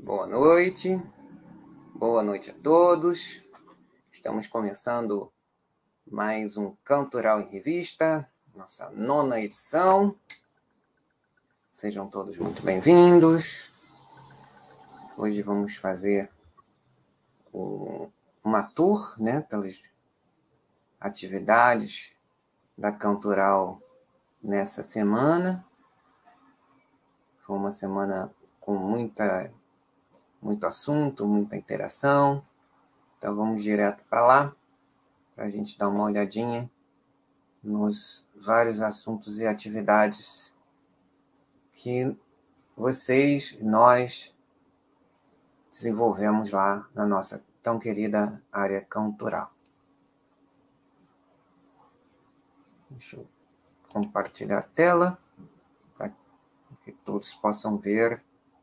Boa noite a todos. Estamos começando mais um Cantoral em Revista, nossa 9ª edição. Sejam todos muito bem-vindos. Hoje vamos fazer uma tour, pelas atividades da Cantoral nessa semana. Foi uma semana com muito assunto, muita interação. Então vamos direto para lá, para a gente dar uma olhadinha nos vários assuntos e atividades que vocês, nós, desenvolvemos lá na nossa tão querida área cantoral. Deixa eu compartilhar a tela para que todos possam ver.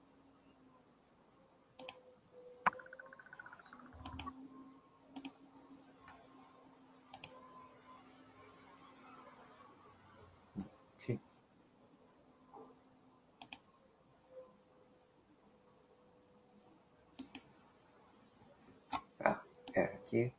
Aqui. Aqui.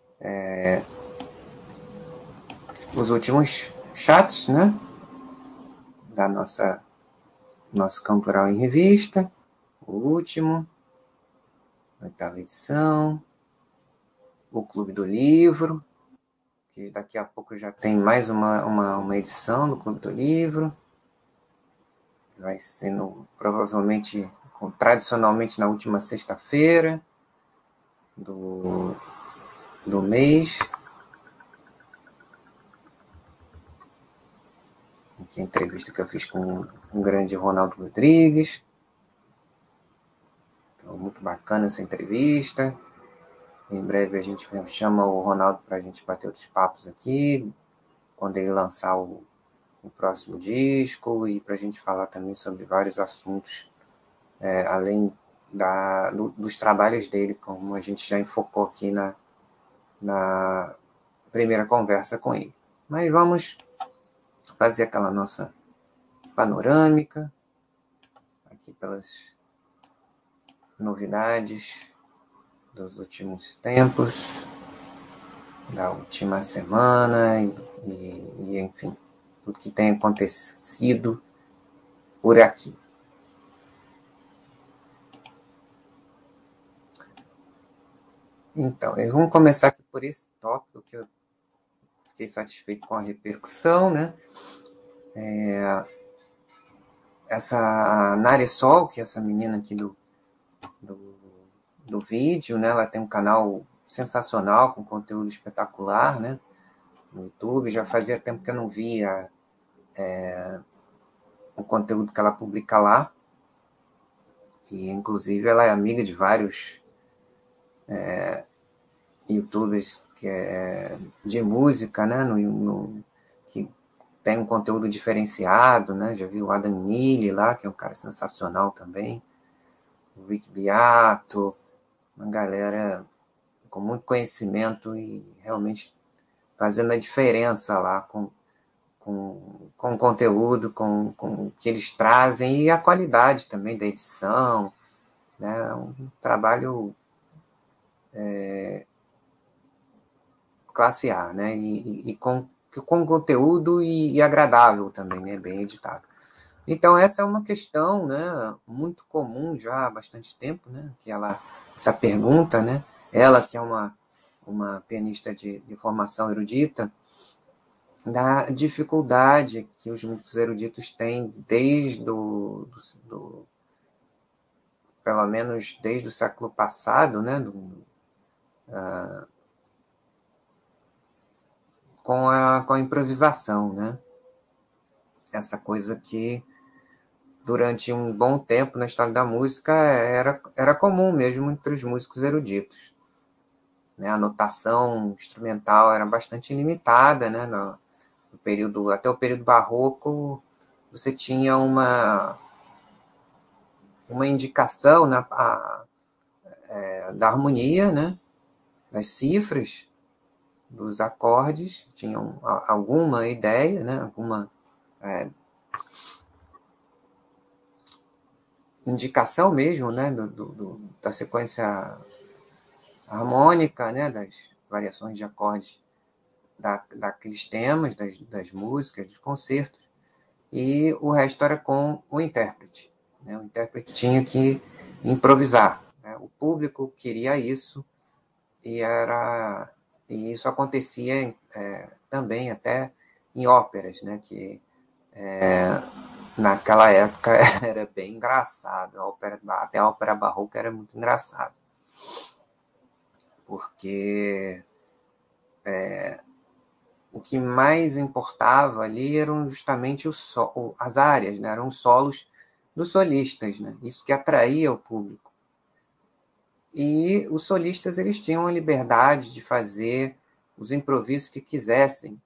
Os últimos chats, da nosso Cantoral em Revista. O último, 8ª edição. O Clube do Livro, que daqui a pouco já tem mais uma edição do Clube do Livro. Vai sendo provavelmente, tradicionalmente, na última sexta-feira do mês. Aqui a entrevista que eu fiz com o grande Ronaldo Rodrigues. Então, muito bacana essa entrevista. Em breve a gente chama o Ronaldo para a gente bater outros papos aqui, quando ele lançar o próximo disco, e para a gente falar também sobre vários assuntos, além dos trabalhos dele, como a gente já enfocou aqui na primeira conversa com ele. Mas vamos fazer aquela nossa panorâmica aqui pelas novidades dos últimos tempos, da última semana e enfim, o que tem acontecido por aqui. Então, vamos começar aqui por esse tópico que eu fiquei satisfeito com a repercussão, Essa Nari Sol, que é essa menina aqui do vídeo, ela tem um canal sensacional, com conteúdo espetacular, no YouTube. Já fazia tempo que eu não via o conteúdo que ela publica lá. E, inclusive, ela é amiga de vários youtubers de música, que tem um conteúdo diferenciado, Já vi o Adam Neely lá, que é um cara sensacional também. O Rick Beato, uma galera com muito conhecimento e realmente fazendo a diferença lá com o conteúdo, com o que eles trazem e a qualidade também da edição, um trabalho classe A, e com conteúdo e agradável também, bem editado. Então, essa é uma questão, muito comum já há bastante tempo, que essa pergunta, ela que é uma pianista de formação erudita, da dificuldade que os músicos eruditos têm pelo menos desde o século passado, com a improvisação, Essa coisa que durante um bom tempo na história da música era comum mesmo entre os músicos eruditos. A notação instrumental era bastante limitada, até o período barroco você tinha uma indicação da harmonia, das cifras, dos acordes, tinham alguma ideia, alguma indicação mesmo, né, da sequência harmônica, né, das variações de acordes daqueles temas, das músicas, dos concertos, e o resto era com o intérprete. Né? O intérprete tinha que improvisar. Né? O público queria isso, e, e isso acontecia também até em óperas, né? Que naquela época era bem engraçado. Até a ópera barroca era muito engraçado, porque o que mais importava ali eram justamente as áreas, né? Eram os solos dos solistas, né? Isso que atraía o público. E os solistas eles tinham a liberdade de fazer os improvisos que quisessem.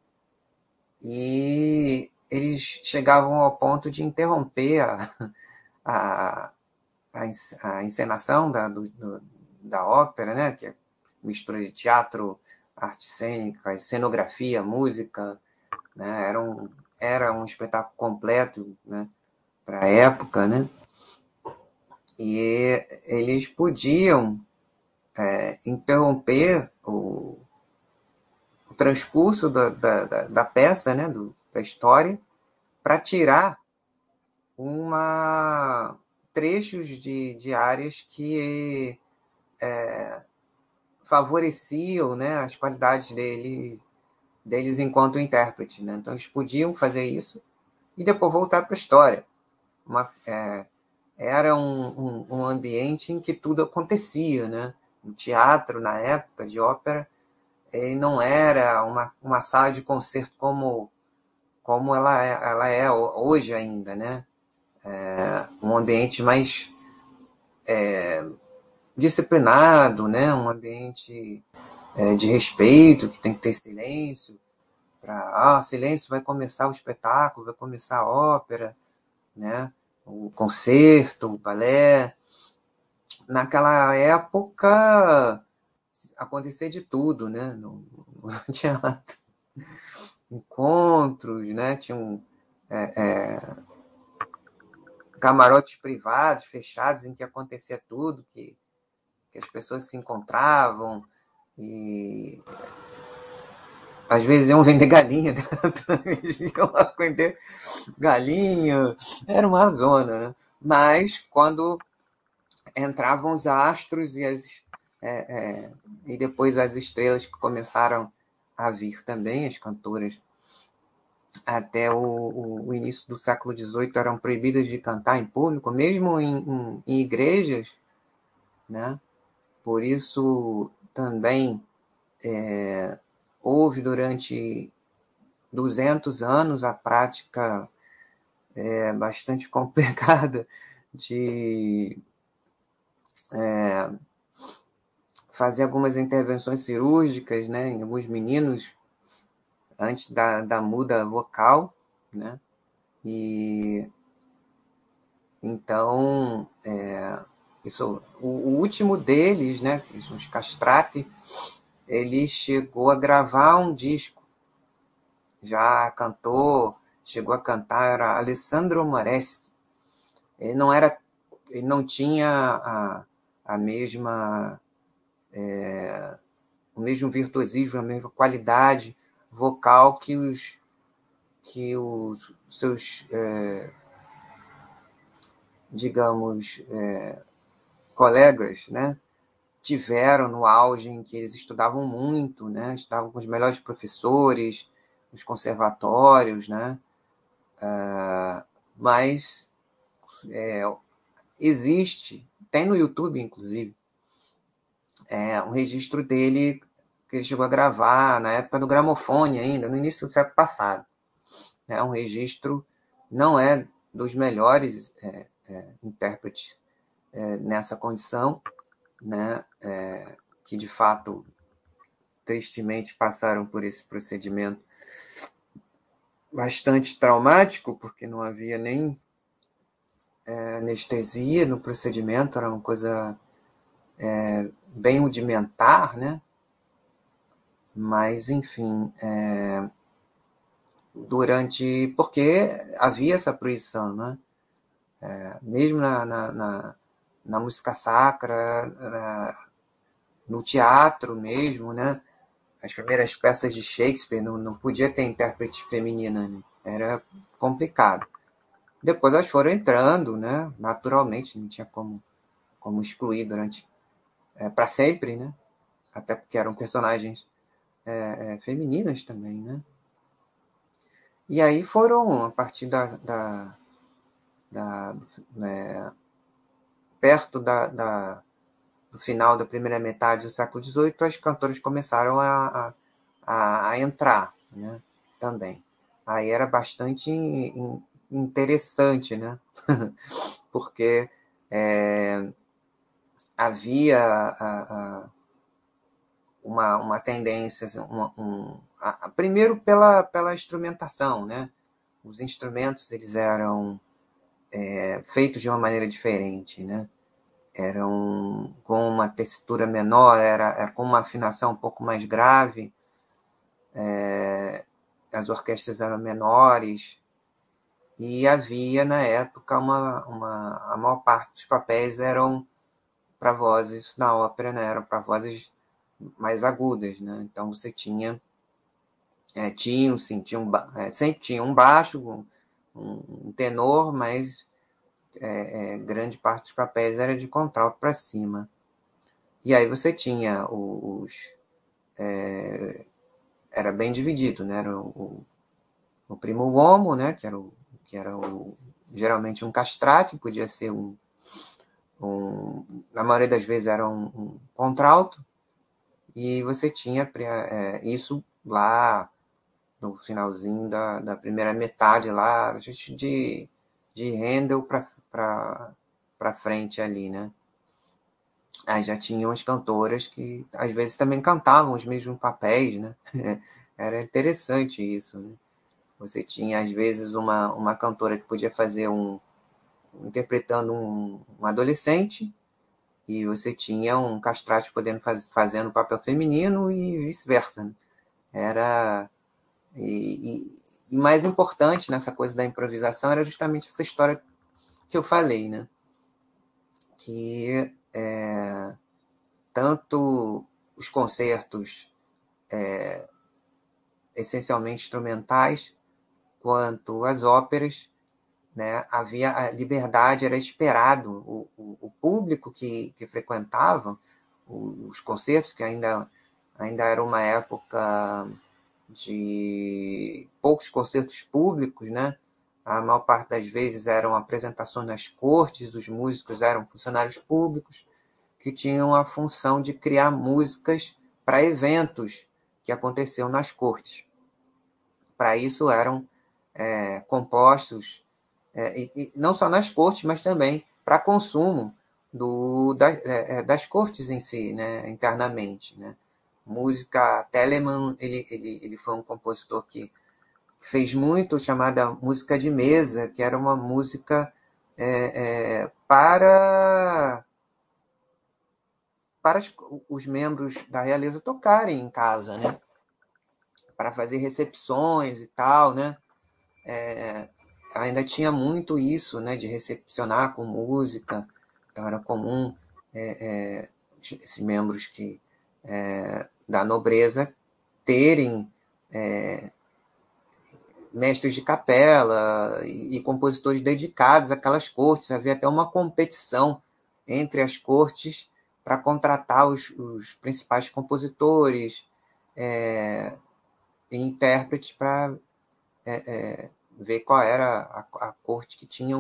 E eles chegavam ao ponto de interromper a, a encenação da ópera, né? Que é mistura de teatro, arte cênica, cenografia, música, né? Era um espetáculo completo, né? Para a época, né? E eles podiam interromper o transcurso da peça, né? Da história, para tirar trechos de áreas que favoreciam, né, as qualidades deles enquanto intérprete. Né? Então, eles podiam fazer isso e depois voltar para a história. Era um ambiente em que tudo acontecia. Né? O teatro, na época de ópera, ele não era uma sala de concerto como ela é hoje ainda. Né? Um ambiente mais disciplinado, né? Um ambiente de respeito, que tem que ter silêncio. Silêncio, vai começar o espetáculo, vai começar a ópera, né? O concerto, o balé. Naquela época, acontecia de tudo, né? No teatro. Encontros, né? Tinham camarotes privados, fechados, em que acontecia tudo, que as pessoas se encontravam e às vezes iam vender galinha dentro, eles iam vender galinha, era uma zona, né? Mas quando entravam os astros e depois as estrelas que começaram a vir também, as cantoras, até o início do século XVIII eram proibidas de cantar em público, mesmo em igrejas, né? Por isso também houve durante 200 anos a prática bastante complicada de fazer algumas intervenções cirúrgicas, né, em alguns meninos antes da muda vocal, né? E então o último deles, né, os castrati, ele chegou a gravar um disco, já cantou, chegou a cantar, era Alessandro Moreschi. Ele não era, ele não tinha a mesma o mesmo virtuosismo, a mesma qualidade vocal que os seus, digamos, colegas, né, tiveram no auge em que eles estudavam muito, né, estavam com os melhores professores, os conservatórios, né, mas existe, tem no YouTube, inclusive, um registro dele que ele chegou a gravar na época do gramofone ainda, no início do século passado. É um registro, não é dos melhores intérpretes nessa condição, né? Que de fato, tristemente, passaram por esse procedimento bastante traumático, porque não havia nem anestesia no procedimento, era uma coisa bem rudimentar, né? Mas, enfim, porque havia essa proibição, né? mesmo na música sacra, no teatro mesmo, né? As primeiras peças de Shakespeare não podia ter intérprete feminina, né? Era complicado. Depois elas foram entrando, né? Naturalmente, não tinha como excluir durante para sempre, né? Até porque eram personagens femininas também, né? E aí foram, a partir da né, perto do final da primeira metade do século XVIII, as cantoras começaram a entrar, né? Também. Aí era bastante interessante, né? Porque havia uma tendência, assim, primeiro pela instrumentação, né? Os instrumentos eles eram feitos de uma maneira diferente, né? Eram com uma textura menor, era com uma afinação um pouco mais grave, as orquestras eram menores, e havia, na época, a maior parte dos papéis eram para vozes, na ópera, né, eram para vozes mais agudas, né? Então você sempre tinha um baixo, um tenor, mas grande parte dos papéis era de contralto para cima. E aí você tinha era bem dividido, né? Era o primo uomo, né? Que era geralmente um castrate, podia ser na maioria das vezes era um contralto, e você tinha isso lá no finalzinho da primeira metade lá, de Handel para frente ali, né? Aí já tinham as cantoras que às vezes também cantavam os mesmos papéis, né? Era interessante isso, né? Você tinha às vezes uma cantora que podia fazer interpretando um adolescente, e você tinha um castrate fazendo o papel feminino e vice-versa, né? Era e mais importante nessa coisa da improvisação era justamente essa história que eu falei, né? Que tanto os concertos essencialmente instrumentais, quanto as óperas, né? Havia a liberdade, era esperado o público que frequentava os concertos, que ainda era uma época de poucos concertos públicos, né? A maior parte das vezes eram apresentações nas cortes, os músicos eram funcionários públicos que tinham a função de criar músicas para eventos que aconteciam nas cortes. Para isso eram compostos, e não só nas cortes, mas também para consumo das cortes em si, né, internamente. Né. Música, Telemann, ele foi um compositor que fez muito chamada música de mesa, que era uma música para os membros da realeza tocarem em casa, né? Para fazer recepções e tal, né? Ainda tinha muito isso, né? De recepcionar com música, então era comum esses membros da nobreza terem mestres de capela e compositores dedicados àquelas cortes. Havia até uma competição entre as cortes para contratar os principais compositores e intérpretes para ver qual era a corte que tinha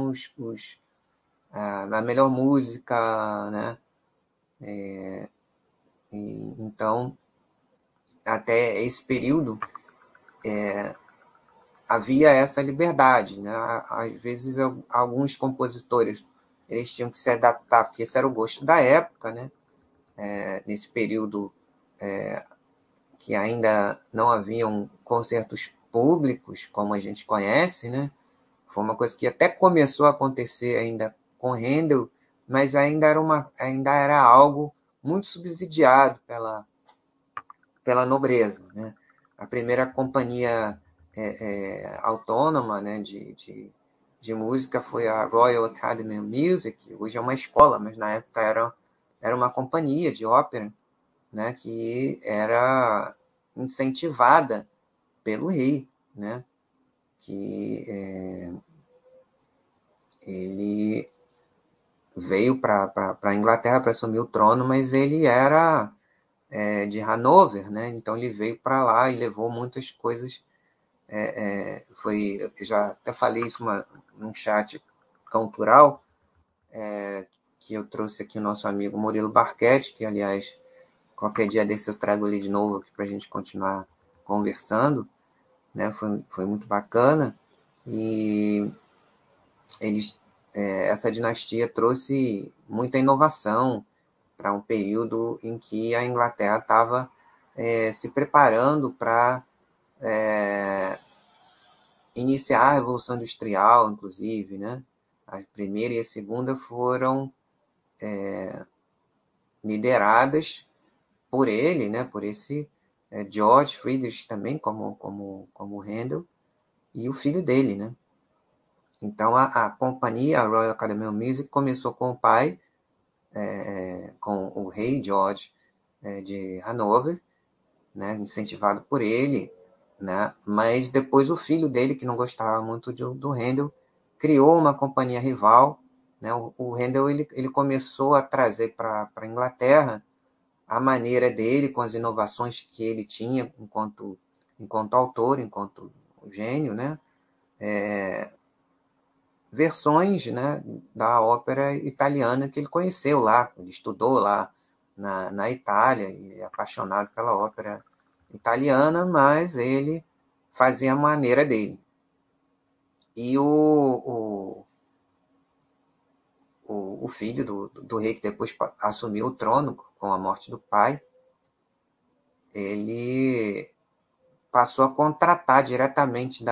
a melhor música, né? Então, até esse período, havia essa liberdade, né? Às vezes alguns compositores eles tinham que se adaptar, porque esse era o gosto da época, né? Nesse período que ainda não haviam concertos públicos, como a gente conhece, né? Foi uma coisa que até começou a acontecer ainda com Handel, mas ainda era algo muito subsidiado pela nobreza, né? A primeira companhia autônoma, né, de música foi a Royal Academy of Music. Hoje é uma escola, mas na época era uma companhia de ópera, né, que era incentivada pelo rei, né, que ele veio para a Inglaterra para assumir o trono, mas ele era de Hanover, né? Então ele veio para lá e levou muitas coisas. Eu já até falei isso num chat cultural, que eu trouxe aqui o nosso amigo Murilo Barquete, que, aliás, qualquer dia desse eu trago ele de novo aqui para a gente continuar conversando, né? Foi muito bacana. E eles, essa dinastia trouxe muita inovação para um período em que a Inglaterra estava se preparando para iniciar a Revolução Industrial, inclusive, né? A primeira e a segunda foram lideradas por ele, né? Por esse George Friedrich também, como Handel, e o filho dele, né? Então, a companhia, a Royal Academy of Music, começou com o pai, com o rei George de Hanover, né, incentivado por ele, né, mas depois o filho dele, que não gostava muito do Handel, criou uma companhia rival. Né, o Handel ele começou a trazer para a Inglaterra a maneira dele, com as inovações que ele tinha enquanto autor, enquanto gênio, né, versões, né, da ópera italiana que ele conheceu lá, ele estudou lá na Itália e é apaixonado pela ópera italiana, mas ele fazia a maneira dele. E o filho do rei, que depois assumiu o trono com a morte do pai, ele passou a contratar diretamente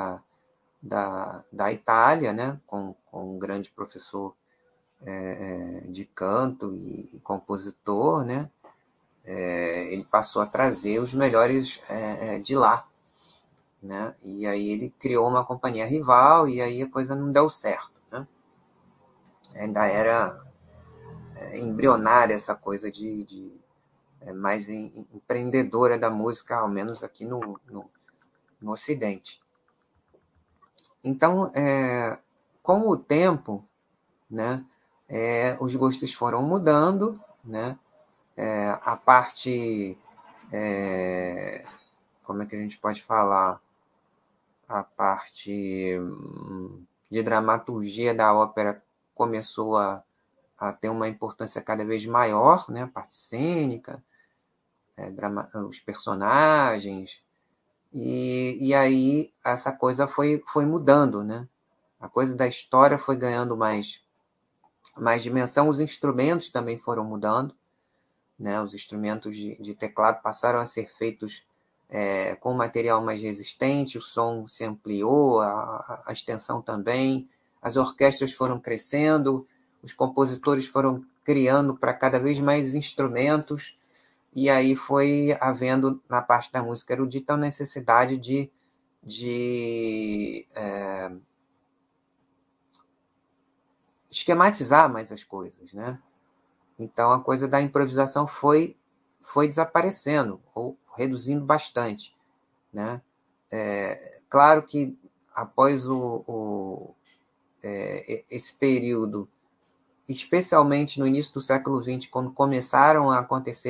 da Itália, né, com um grande professor de canto e compositor, né, ele passou a trazer os melhores de lá, né, e aí ele criou uma companhia rival e aí a coisa não deu certo, né, ainda era embrionária essa coisa de mais empreendedora da música, ao menos aqui no Ocidente. Então, com o tempo, né, os gostos foram mudando, né, a parte, como é que a gente pode falar, a parte de dramaturgia da ópera começou a ter uma importância cada vez maior, né, a parte cênica, os personagens, e aí essa coisa foi mudando, né? A coisa da história foi ganhando mais dimensão, os instrumentos também foram mudando, né? Os instrumentos de teclado passaram a ser feitos com material mais resistente, o som se ampliou, a extensão também, as orquestras foram crescendo, os compositores foram criando para cada vez mais instrumentos, e aí foi havendo, na parte da música erudita, a necessidade de esquematizar mais as coisas, né? Então a coisa da improvisação foi desaparecendo, ou reduzindo bastante, né? Claro que após esse período, especialmente no início do século XX, quando começaram a acontecer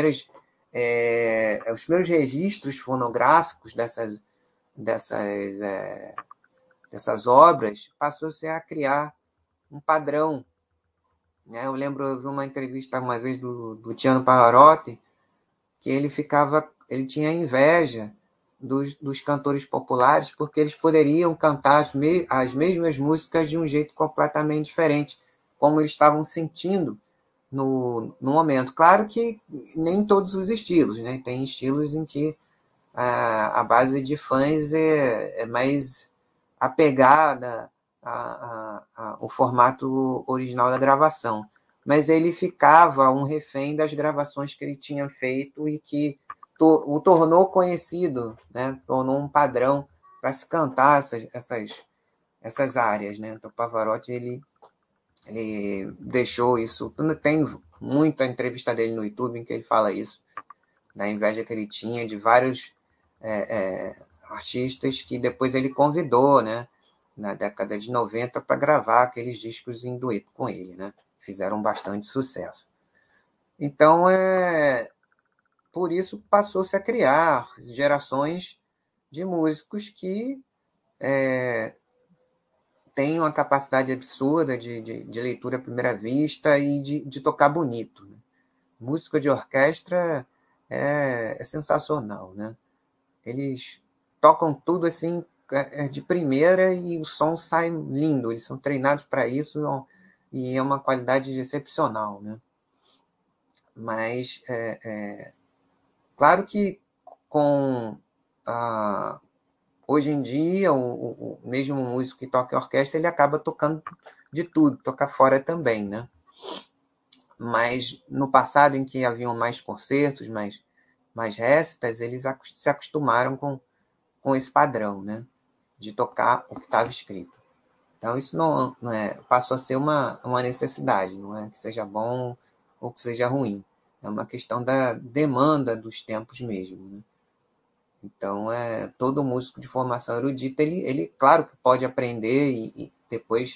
os primeiros registros fonográficos dessas, dessas obras, passou-se a criar um padrão. Né? Eu vi uma entrevista uma vez do Tiano Pavarotti, que ele tinha inveja dos cantores populares, porque eles poderiam cantar as mesmas músicas de um jeito completamente diferente, como eles estavam sentindo no momento. Claro que nem todos os estilos, né? Tem estilos em que a base de fãs é mais apegada ao formato original da gravação. Mas ele ficava um refém das gravações que ele tinha feito e que o tornou conhecido, né? Tornou um padrão para se cantar essas áreas, né? Então, Pavarotti, ele deixou isso. Tem muita entrevista dele no YouTube em que ele fala isso, da inveja que ele tinha de vários artistas que depois ele convidou, né? Na década de 90 para gravar aqueles discos em dueto com ele, né? Fizeram bastante sucesso. Então, por isso passou-se a criar gerações de músicos que têm uma capacidade absurda de leitura à primeira vista e de tocar bonito. Né? Música de orquestra é sensacional, né? Eles tocam tudo assim de primeira e o som sai lindo. Eles são treinados para isso e é uma qualidade excepcional, né? Mas claro que com hoje em dia o mesmo músico que toca em orquestra ele acaba tocando de tudo, toca fora também, né? Mas no passado em que haviam mais concertos, mais récitas, eles se acostumaram com esse padrão, né? De tocar o que estava escrito. Então isso não passou a ser uma necessidade, não é que seja bom ou que seja ruim. É uma questão da demanda dos tempos mesmo, né? Então, todo músico de formação erudita, ele claro que pode aprender e depois,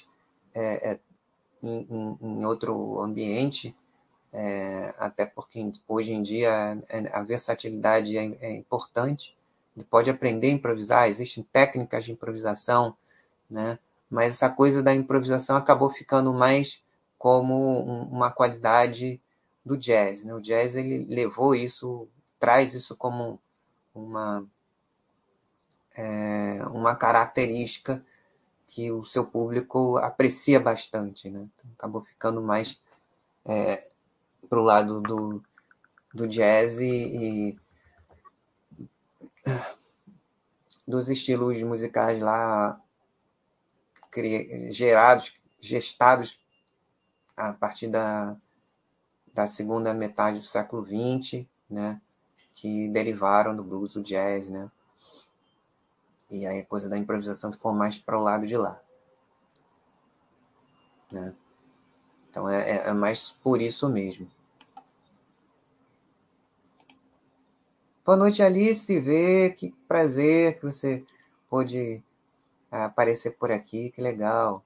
em outro ambiente, até porque hoje em dia a versatilidade é importante, ele pode aprender a improvisar, existem técnicas de improvisação, né? Mas essa coisa da improvisação acabou ficando mais como uma qualidade do jazz, né? O jazz ele levou isso, traz isso como uma uma característica que o seu público aprecia bastante, né? Então, acabou ficando mais pro lado do jazz e dos estilos musicais lá gestados a partir da segunda metade do século XX, né? Que derivaram do blues, do jazz, né? E aí a coisa da improvisação ficou mais para o lado de lá, né? Então é mais por isso mesmo. Boa noite, Alice. Que prazer que você pôde aparecer por aqui. Que legal.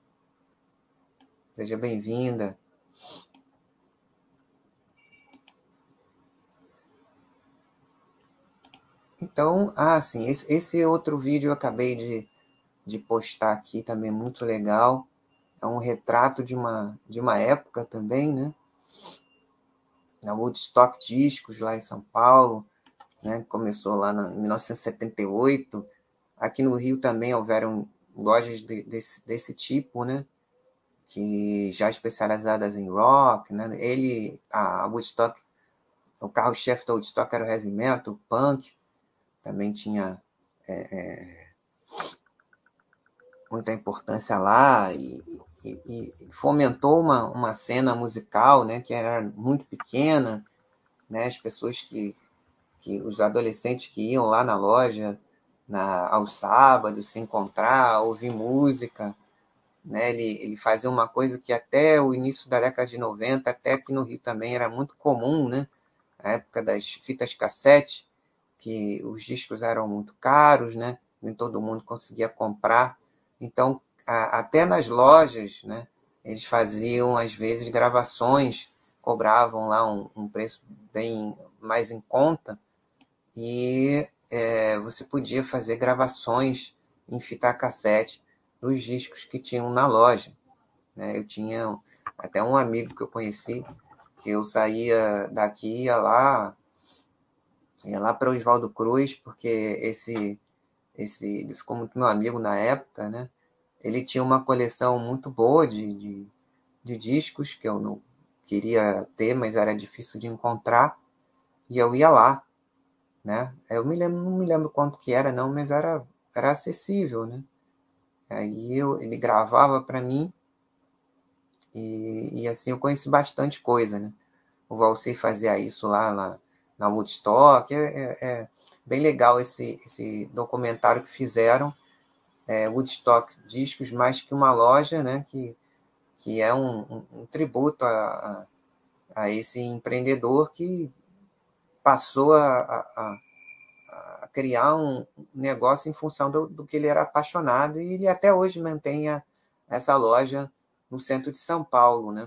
Seja bem-vinda. Então, sim, esse outro vídeo eu acabei de postar aqui também, muito legal. É um retrato de uma época também, né? Na Woodstock Discos, lá em São Paulo, né? Começou lá em 1978. Aqui no Rio também houveram lojas desse tipo, né? Que já especializadas em rock, né? A Woodstock, o carro-chefe da Woodstock era o heavy metal, o punk, também tinha muita importância lá e fomentou uma cena musical, né? Que era muito pequena, né? As pessoas os adolescentes que iam lá na loja aos sábados se encontrar, ouvir música, né? Ele fazia uma coisa que até o início da década de 90, até aqui no Rio também era muito comum, né? A época das fitas cassete, que os discos eram muito caros, né? Nem todo mundo conseguia comprar. Então, até nas lojas, né? Eles faziam, às vezes, gravações, cobravam lá um preço bem mais em conta, e você podia fazer gravações em fita cassete nos discos que tinham na loja, né? Eu tinha até um amigo que eu conheci, que eu saía daqui, ia lá para o Oswaldo Cruz, porque ele ficou muito meu amigo na época, né? Ele tinha uma coleção muito boa de discos que eu não queria ter, mas era difícil de encontrar, e eu ia lá, né? Eu não me lembro quanto que era, não, mas era acessível, né? Aí ele gravava para mim e assim eu conheci bastante coisa, né? O Valsir fazia isso lá na Woodstock. É bem legal esse documentário que fizeram, Woodstock Discos mais que uma loja, né, que é um tributo a esse empreendedor que passou a criar um negócio em função do que ele era apaixonado, e ele até hoje mantém essa loja no centro de São Paulo, né?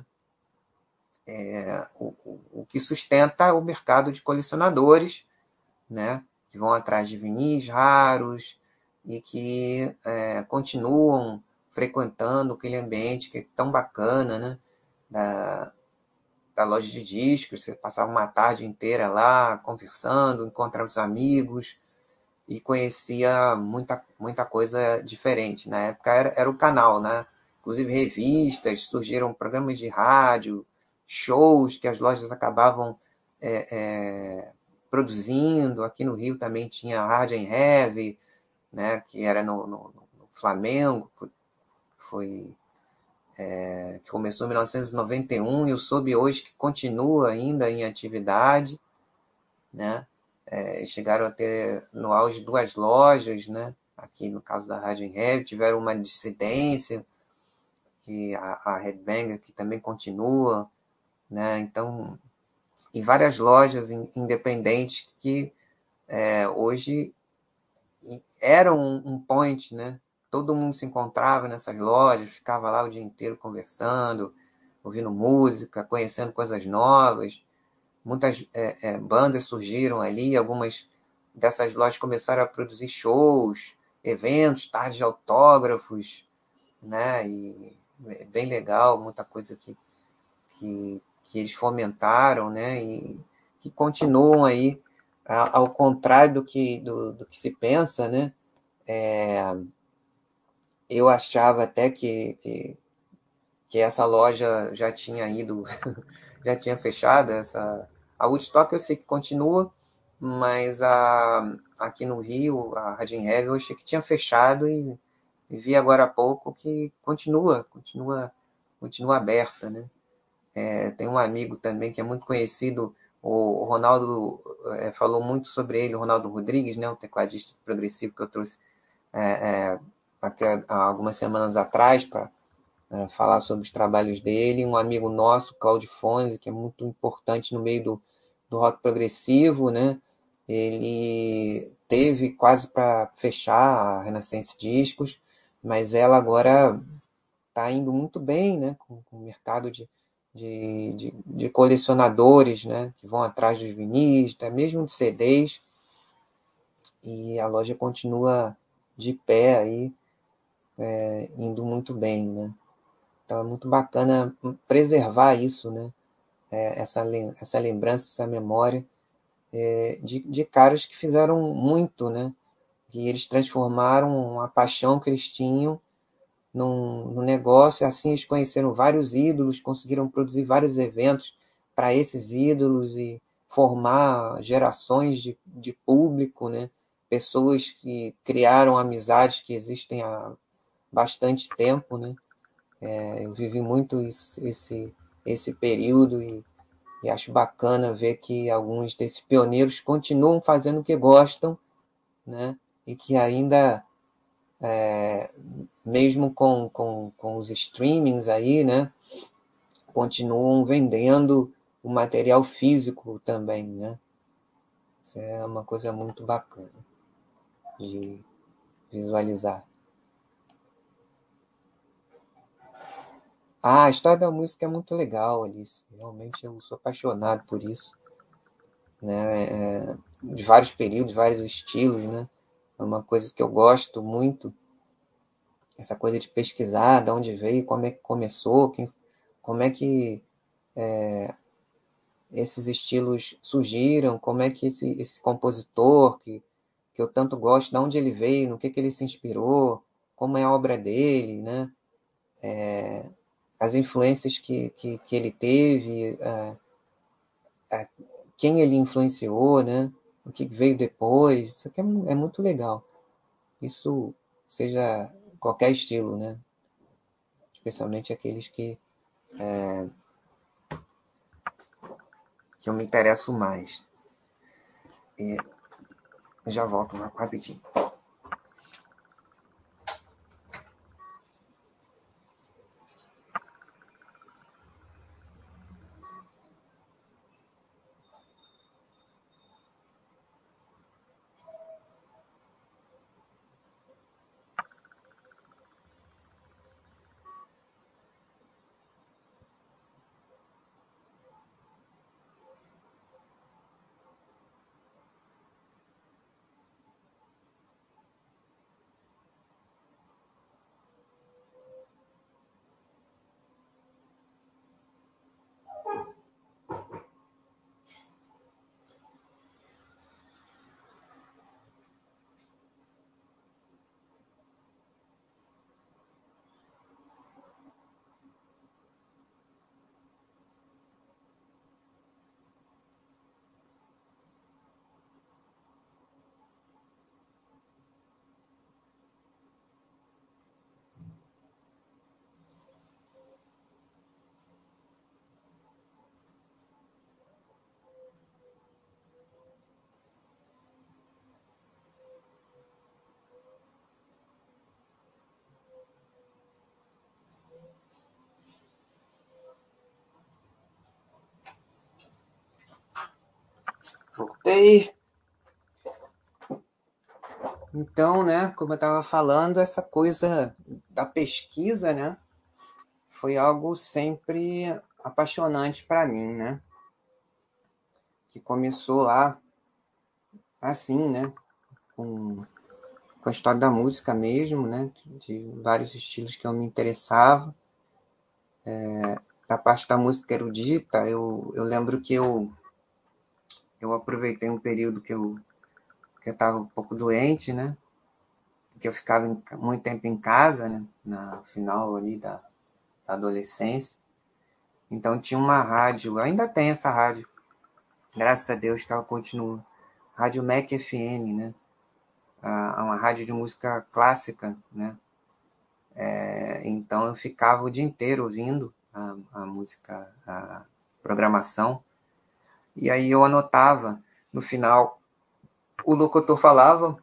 O que sustenta o mercado de colecionadores, né? Que vão atrás de vinis raros e que continuam frequentando aquele ambiente que é tão bacana, né? Da, da loja de discos. Você passava uma tarde inteira lá conversando, encontrando os amigos e conhecia muita coisa diferente. Na época era o canal, né? Inclusive revistas, surgiram programas de rádio, shows que as lojas acabavam é, é, produzindo. Aqui no Rio também tinha Hard and Heavy, né? Que era no Flamengo, foi que começou em 1991 e eu soube hoje que continua ainda em atividade, né? Chegaram a ter no auge 2 lojas, né? Aqui no caso da Rádio Heavy, tiveram uma dissidência, que a Headbanger, que também continua, né? Então, e várias lojas independentes que hoje eram um point, né? Todo mundo se encontrava nessas lojas, ficava lá o dia inteiro conversando, ouvindo música, conhecendo coisas novas. Muitas bandas surgiram ali, algumas dessas lojas começaram a produzir shows, eventos, tardes de autógrafos, né? E é bem legal, muita coisa que eles fomentaram, né? E que continuam aí, ao contrário do que se pensa, né? Eu achava até que essa loja já tinha ido, já tinha fechado. A Woodstock eu sei que continua, mas aqui no Rio, a Radin Heavy, eu achei que tinha fechado e vi agora há pouco que continua aberta, né? Tem um amigo também que é muito conhecido, o Ronaldo falou muito sobre ele, o Ronaldo Rodrigues, né, o tecladista progressivo que eu trouxe há algumas semanas atrás para falar sobre os trabalhos dele. Um amigo nosso, Claudio Fonzi, que é muito importante no meio do rock progressivo, né? Ele teve quase para fechar a Renaissance Discos, mas ela agora está indo muito bem, né? Com o mercado de colecionadores, né? Que vão atrás dos vinis, até mesmo de CDs, e a loja continua de pé aí, indo muito bem, né? Então é muito bacana preservar isso, né? Essa lembrança, essa memória de caras que fizeram muito, né? Que eles transformaram a paixão que eles tinham num negócio. Assim eles conheceram vários ídolos, conseguiram produzir vários eventos para esses ídolos e formar gerações de público, né? Pessoas que criaram amizades que existem há bastante tempo, né? Eu vivi muito esse período e acho bacana ver que alguns desses pioneiros continuam fazendo o que gostam, né? E que ainda, mesmo com os streamings aí, né? Continuam vendendo o material físico também, né? Isso é uma coisa muito bacana de visualizar. A história da música é muito legal, Alice. Realmente eu sou apaixonado por isso, né? De vários períodos, vários estilos, né? É uma coisa que eu gosto muito, essa coisa de pesquisar, de onde veio, como é que começou, como é que esses estilos surgiram, como é que esse compositor que eu tanto gosto, de onde ele veio, no que ele se inspirou, como é a obra dele, né? As influências que ele teve, quem ele influenciou, né? O que veio depois. Isso aqui é muito legal. Isso seja qualquer estilo, né? Especialmente aqueles que eu me interesso mais. E já volto rapidinho. aí, então, né, como eu estava falando, essa coisa da pesquisa, né, foi algo sempre apaixonante para mim, né, que começou lá, assim, né, com a história da música mesmo, né, de vários estilos que eu me interessava. Da parte da música erudita, eu lembro que eu aproveitei um período que eu estava um pouco doente, né, que eu ficava muito tempo em casa, né, na final ali da adolescência. Então tinha uma rádio, ainda tem essa rádio, graças a Deus que ela continua. Rádio MEC FM, né? Uma rádio de música clássica, né? Então eu ficava o dia inteiro ouvindo a música, a programação. E aí eu anotava, no final, o locutor falava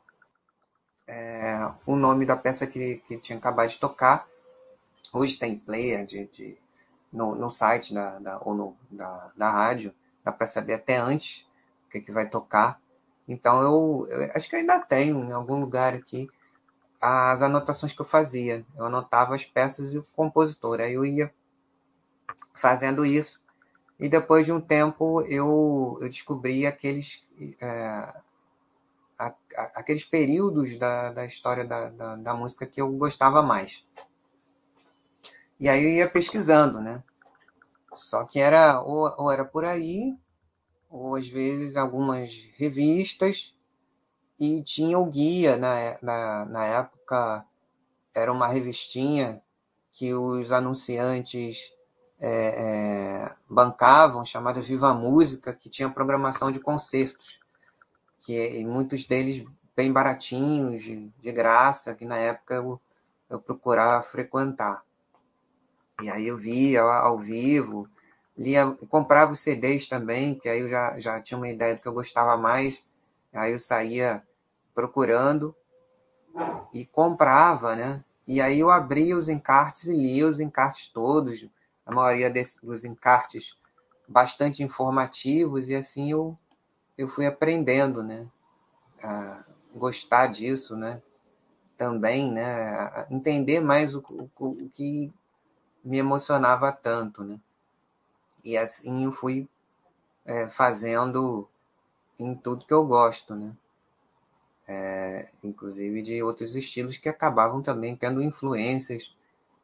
o nome da peça que tinha acabado de tocar. Hoje tem player no site ou da rádio, dá para saber até antes o que vai tocar. Então eu acho que eu ainda tenho em algum lugar aqui as anotações que eu fazia. Eu anotava as peças e o compositor. Aí eu ia fazendo isso. E depois de um tempo eu descobri é, aqueles períodos da história da música que eu gostava mais. E aí eu ia pesquisando, né? Só que era ou era por aí, ou às vezes algumas revistas, e tinha o guia, na época era uma revistinha que os anunciantes bancavam, chamada Viva Música, que tinha programação de concertos, que muitos deles bem baratinhos, de graça, que na época eu procurava frequentar. E aí eu via ao vivo, lia, comprava os CDs também, que aí eu já tinha uma ideia do que eu gostava mais, aí eu saía procurando e comprava, né? E aí eu abria os encartes e lia os encartes todos, a maioria dos encartes bastante informativos, e assim eu fui aprendendo, né? A gostar disso, né? Também, né? A entender mais o que me emocionava tanto, né? E assim eu fui fazendo em tudo que eu gosto, né? Inclusive de outros estilos que acabavam também tendo influências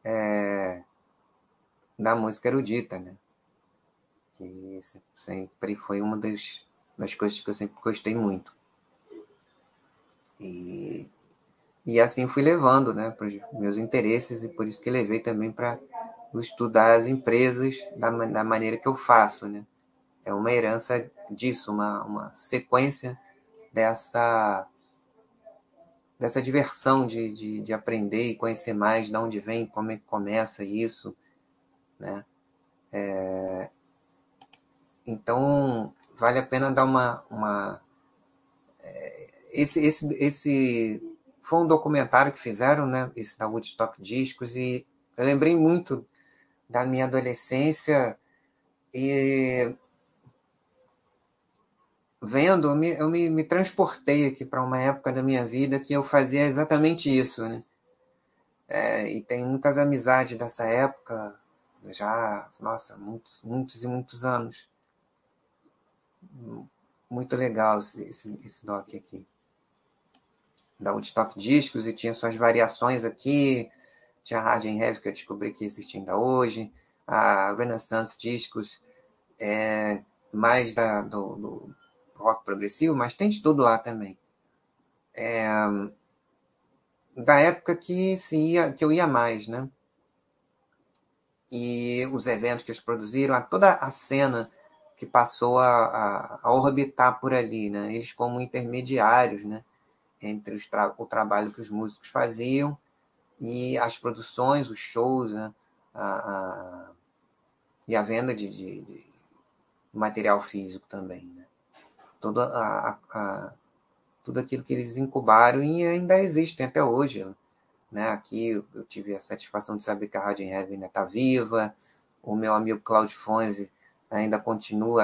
da música erudita, né? Que sempre foi uma das coisas que eu sempre gostei muito. E, e assim fui levando, né, para os meus interesses, e por isso que levei também para estudar as empresas da maneira que eu faço, né? É uma herança disso, uma sequência dessa, dessa diversão de aprender e conhecer mais de onde vem, como é que começa isso, né? Então, vale a pena dar uma esse foi um documentário que fizeram, né? Esse da Woodstock Discos, e eu lembrei muito da minha adolescência e vendo, me transportei aqui para uma época da minha vida que eu fazia exatamente isso, né? E tem muitas amizades dessa época, já, nossa, muitos e muitos anos. Muito legal esse doc aqui. Da Woodstock Discos, e tinha suas variações aqui, tinha a Hard and Heavy, que eu descobri que existe ainda hoje, a Renaissance Discos, mais do rock progressivo, mas tem de tudo lá também. Da época que eu ia mais, né? E os eventos que eles produziram, toda a cena que passou a orbitar por ali, né? Eles como intermediários, né? Entre o trabalho que os músicos faziam e as produções, os shows, né? a, e a venda de material físico também, né? Toda tudo aquilo que eles incubaram e ainda existem até hoje, né? Aqui eu tive a satisfação de saber que a Rádio Heaven ainda está viva, o meu amigo Claudio Fonzi ainda continua.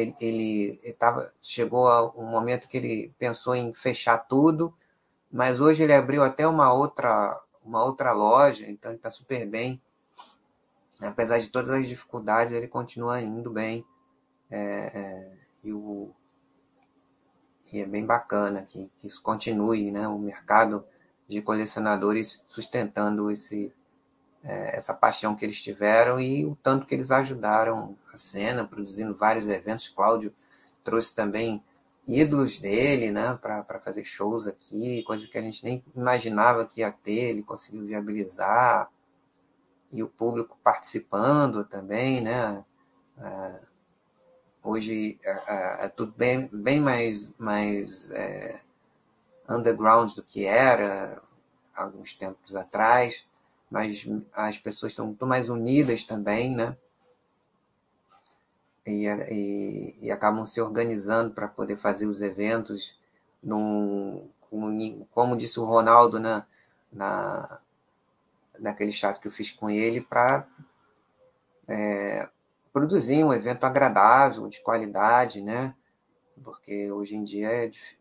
Chegou a um momento que ele pensou em fechar tudo, mas hoje ele abriu até uma outra loja, então ele está super bem. Apesar de todas as dificuldades, ele continua indo bem. E, e é bem bacana que isso continue, né? O mercado de colecionadores sustentando essa paixão que eles tiveram e o tanto que eles ajudaram a cena, produzindo vários eventos. Cláudio trouxe também ídolos dele, né, para fazer shows aqui, coisa que a gente nem imaginava que ia ter, ele conseguiu viabilizar, e o público participando também, né. Hoje é tudo bem mais underground do que era alguns tempos atrás, mas as pessoas estão muito mais unidas também, né? E acabam se organizando para poder fazer os eventos, como disse o Ronaldo na, naquele chat que eu fiz com ele, para produzir um evento agradável, de qualidade, né? Porque hoje em dia,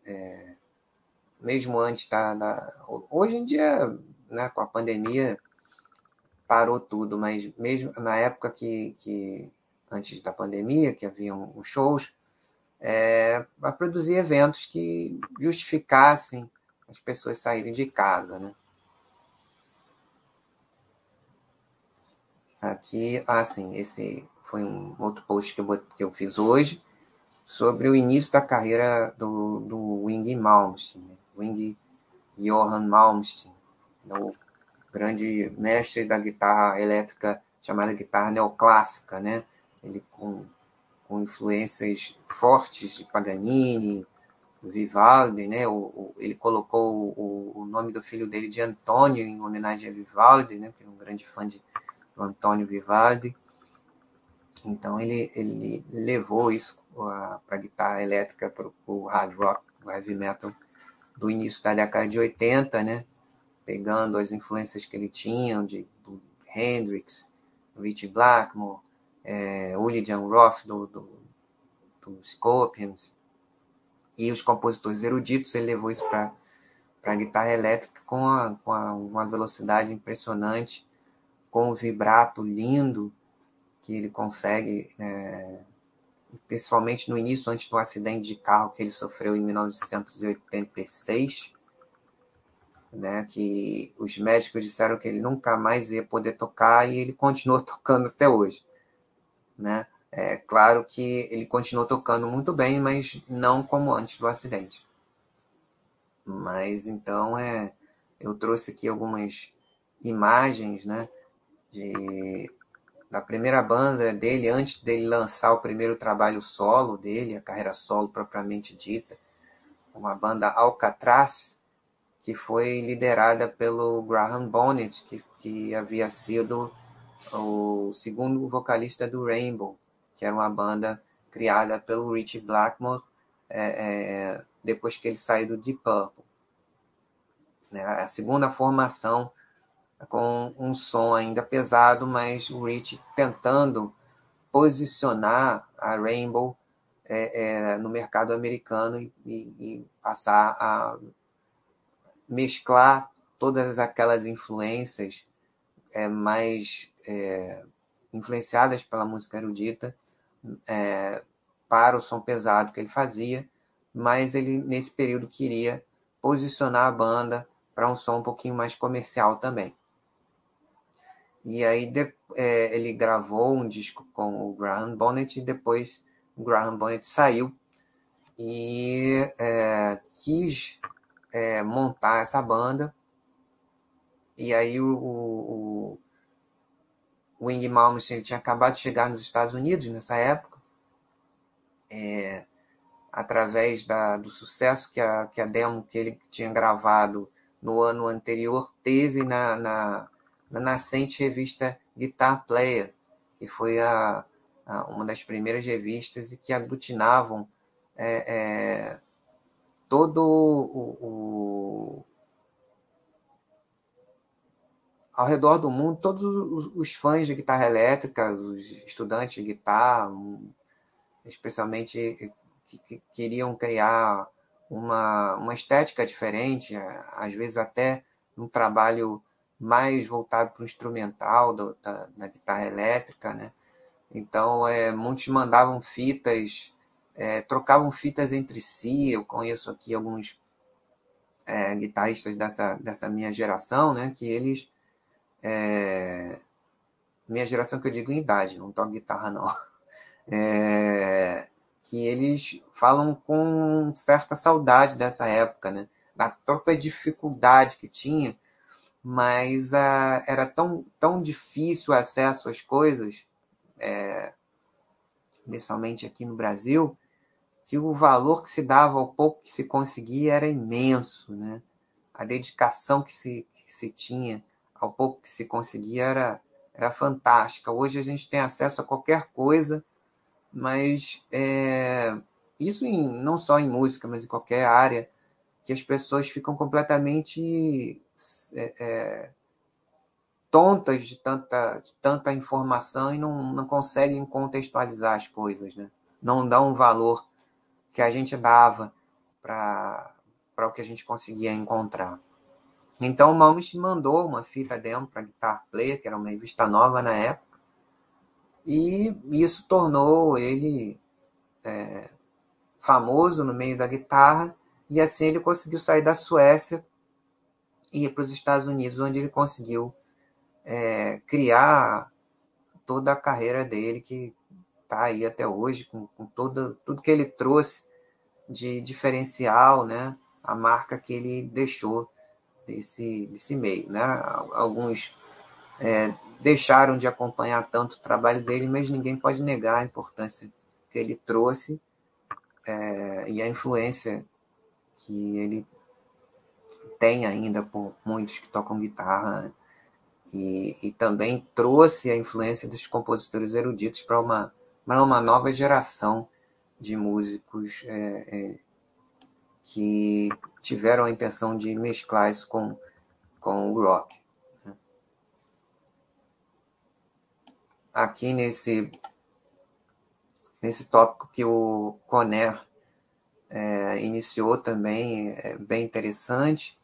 mesmo antes hoje em dia, né, com a pandemia, parou tudo, mas mesmo na época que antes da pandemia, que haviam os shows, a produzir eventos que justificassem as pessoas saírem de casa, né? Aqui, assim, esse foi um outro post que eu fiz hoje sobre o início da carreira do Wing Malmsteen, né? Wing Johann Malmsteen, o grande mestre da guitarra elétrica chamada guitarra neoclássica, né? Ele com influências fortes de Paganini, Vivaldi, né? Ele colocou o nome do filho dele de Antônio em homenagem a Vivaldi, né? Porque ele é um grande fã do Antônio Vivaldi. Então ele levou isso para a guitarra elétrica, para o hard rock, o heavy metal do início da década de 80, né? Pegando as influências que ele tinha do Hendrix, Ritchie Blackmore, Uli Jan Roth do Scorpions, e os compositores eruditos. Ele levou isso para a guitarra elétrica uma velocidade impressionante, com o vibrato lindo que ele consegue, principalmente no início, antes do acidente de carro que ele sofreu em 1986, né, que os médicos disseram que ele nunca mais ia poder tocar, e ele continuou tocando até hoje, né? É claro que ele continuou tocando muito bem, mas não como antes do acidente. Mas então eu trouxe aqui algumas imagens, né, da primeira banda dele, antes dele lançar o primeiro trabalho solo dele, a carreira solo propriamente dita, uma banda Alcatraz, que foi liderada pelo Graham Bonnet, que havia sido o segundo vocalista do Rainbow, que era uma banda criada pelo Ritchie Blackmore depois que ele saiu do Deep Purple, né? A segunda formação com um som ainda pesado, mas o Ritchie tentando posicionar a Rainbow no mercado americano e passar a mesclar todas aquelas influências mais influenciadas pela música erudita para o som pesado que ele fazia, mas ele nesse período queria posicionar a banda para um som um pouquinho mais comercial também. E aí ele gravou um disco com o Graham Bonnet, e depois o Graham Bonnet saiu e quis montar essa banda. E aí o Wing Malmsteen tinha acabado de chegar nos Estados Unidos nessa época, através do sucesso que a demo que ele tinha gravado no ano anterior teve na nascente revista Guitar Player, que foi uma das primeiras revistas e que aglutinavam todo ao redor do mundo, todos os fãs de guitarra elétrica, os estudantes de guitarra, especialmente que queriam criar uma estética diferente, às vezes até um trabalho mais voltado para o instrumental da guitarra elétrica, né? Então, muitos mandavam fitas, trocavam fitas entre si. Eu conheço aqui alguns guitarristas dessa minha geração, né? Que eles... minha geração que eu digo em idade, não toco guitarra, não. Que eles falam com certa saudade dessa época, né? Da própria dificuldade que tinha, mas era tão difícil o acesso às coisas, principalmente aqui no Brasil, que o valor que se dava ao pouco que se conseguia era imenso, né? A dedicação que se tinha ao pouco que se conseguia era fantástica. Hoje a gente tem acesso a qualquer coisa, mas isso não só em música, mas em qualquer área, que as pessoas ficam completamente tontas de tanta informação e não conseguem contextualizar as coisas, né? Não dão um valor que a gente dava para o que a gente conseguia encontrar. Então o Malmsteen mandou uma fita demo para Guitar Player, que era uma revista nova na época, e isso tornou ele famoso no meio da guitarra, e assim ele conseguiu sair da Suécia e ir para os Estados Unidos, onde ele conseguiu criar toda a carreira dele, que está aí até hoje, com tudo que ele trouxe de diferencial, né? A marca que ele deixou desse meio, né? Alguns deixaram de acompanhar tanto o trabalho dele, mas ninguém pode negar a importância que ele trouxe e a influência que ele tem ainda por muitos que tocam guitarra, e também trouxe a influência dos compositores eruditos para uma nova geração de músicos que tiveram a intenção de mesclar isso com o rock. Aqui nesse tópico que o Conner iniciou também, é bem interessante,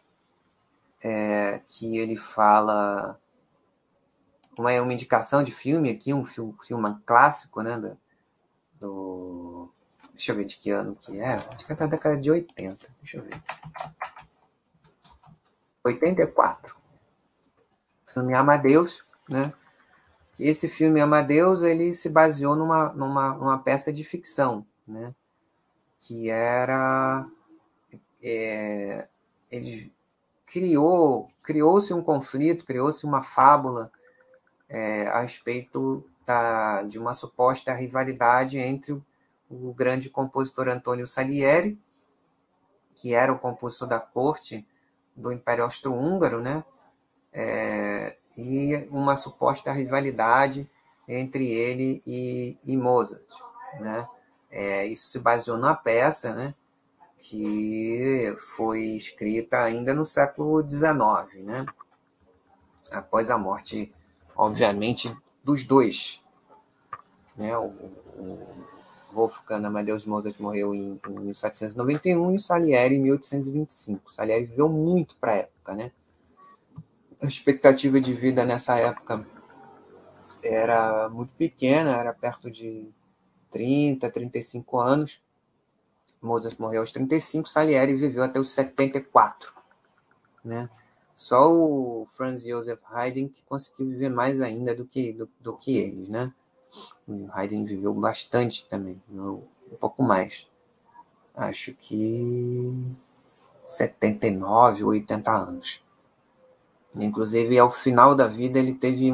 que ele fala uma indicação de filme aqui, um filme clássico, né, deixa eu ver de que ano que é, acho que é da década de 80, deixa eu ver, 84, filme Amadeus, né? Esse filme Amadeus, ele se baseou numa peça de ficção, né? Que era... ele criou-se um conflito, criou-se uma fábula a respeito de uma suposta rivalidade entre o grande compositor Antonio Salieri, que era o compositor da corte do Império Austro-Húngaro, né? E uma suposta rivalidade entre ele e Mozart, né? Isso se baseou na peça, né? Que foi escrita ainda no século XIX, né? Após a morte, obviamente, dos dois, né? O Wolfgang Amadeus Mozart morreu em 1791 e o Salieri em 1825. O Salieri viveu muito para a época, né? A expectativa de vida nessa época era muito pequena, era perto de 30, 35 anos. Mozart morreu aos 35, Salieri viveu até os 74, né? Só o Franz Joseph Haydn que conseguiu viver mais ainda do que ele, né? O Haydn viveu bastante também, um pouco mais. Acho que 79, 80 anos. Inclusive, ao final da vida, ele teve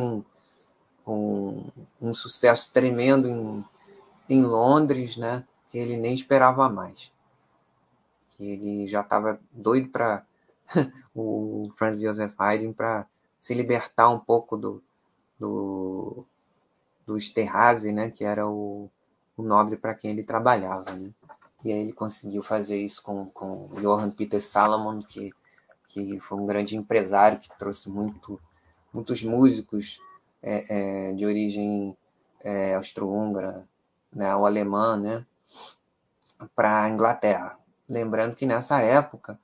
um sucesso tremendo em Londres, né? Que ele nem esperava mais. Que ele já estava doido para o Franz Joseph Haydn para se libertar um pouco do Esterhazy, né? Que era o nobre para quem ele trabalhava, né? E aí ele conseguiu fazer isso com Johann Peter Salomon, que foi um grande empresário que trouxe muito muitos músicos de origem austro-húngara, né, ou alemã, né, para a Inglaterra. Lembrando que nessa época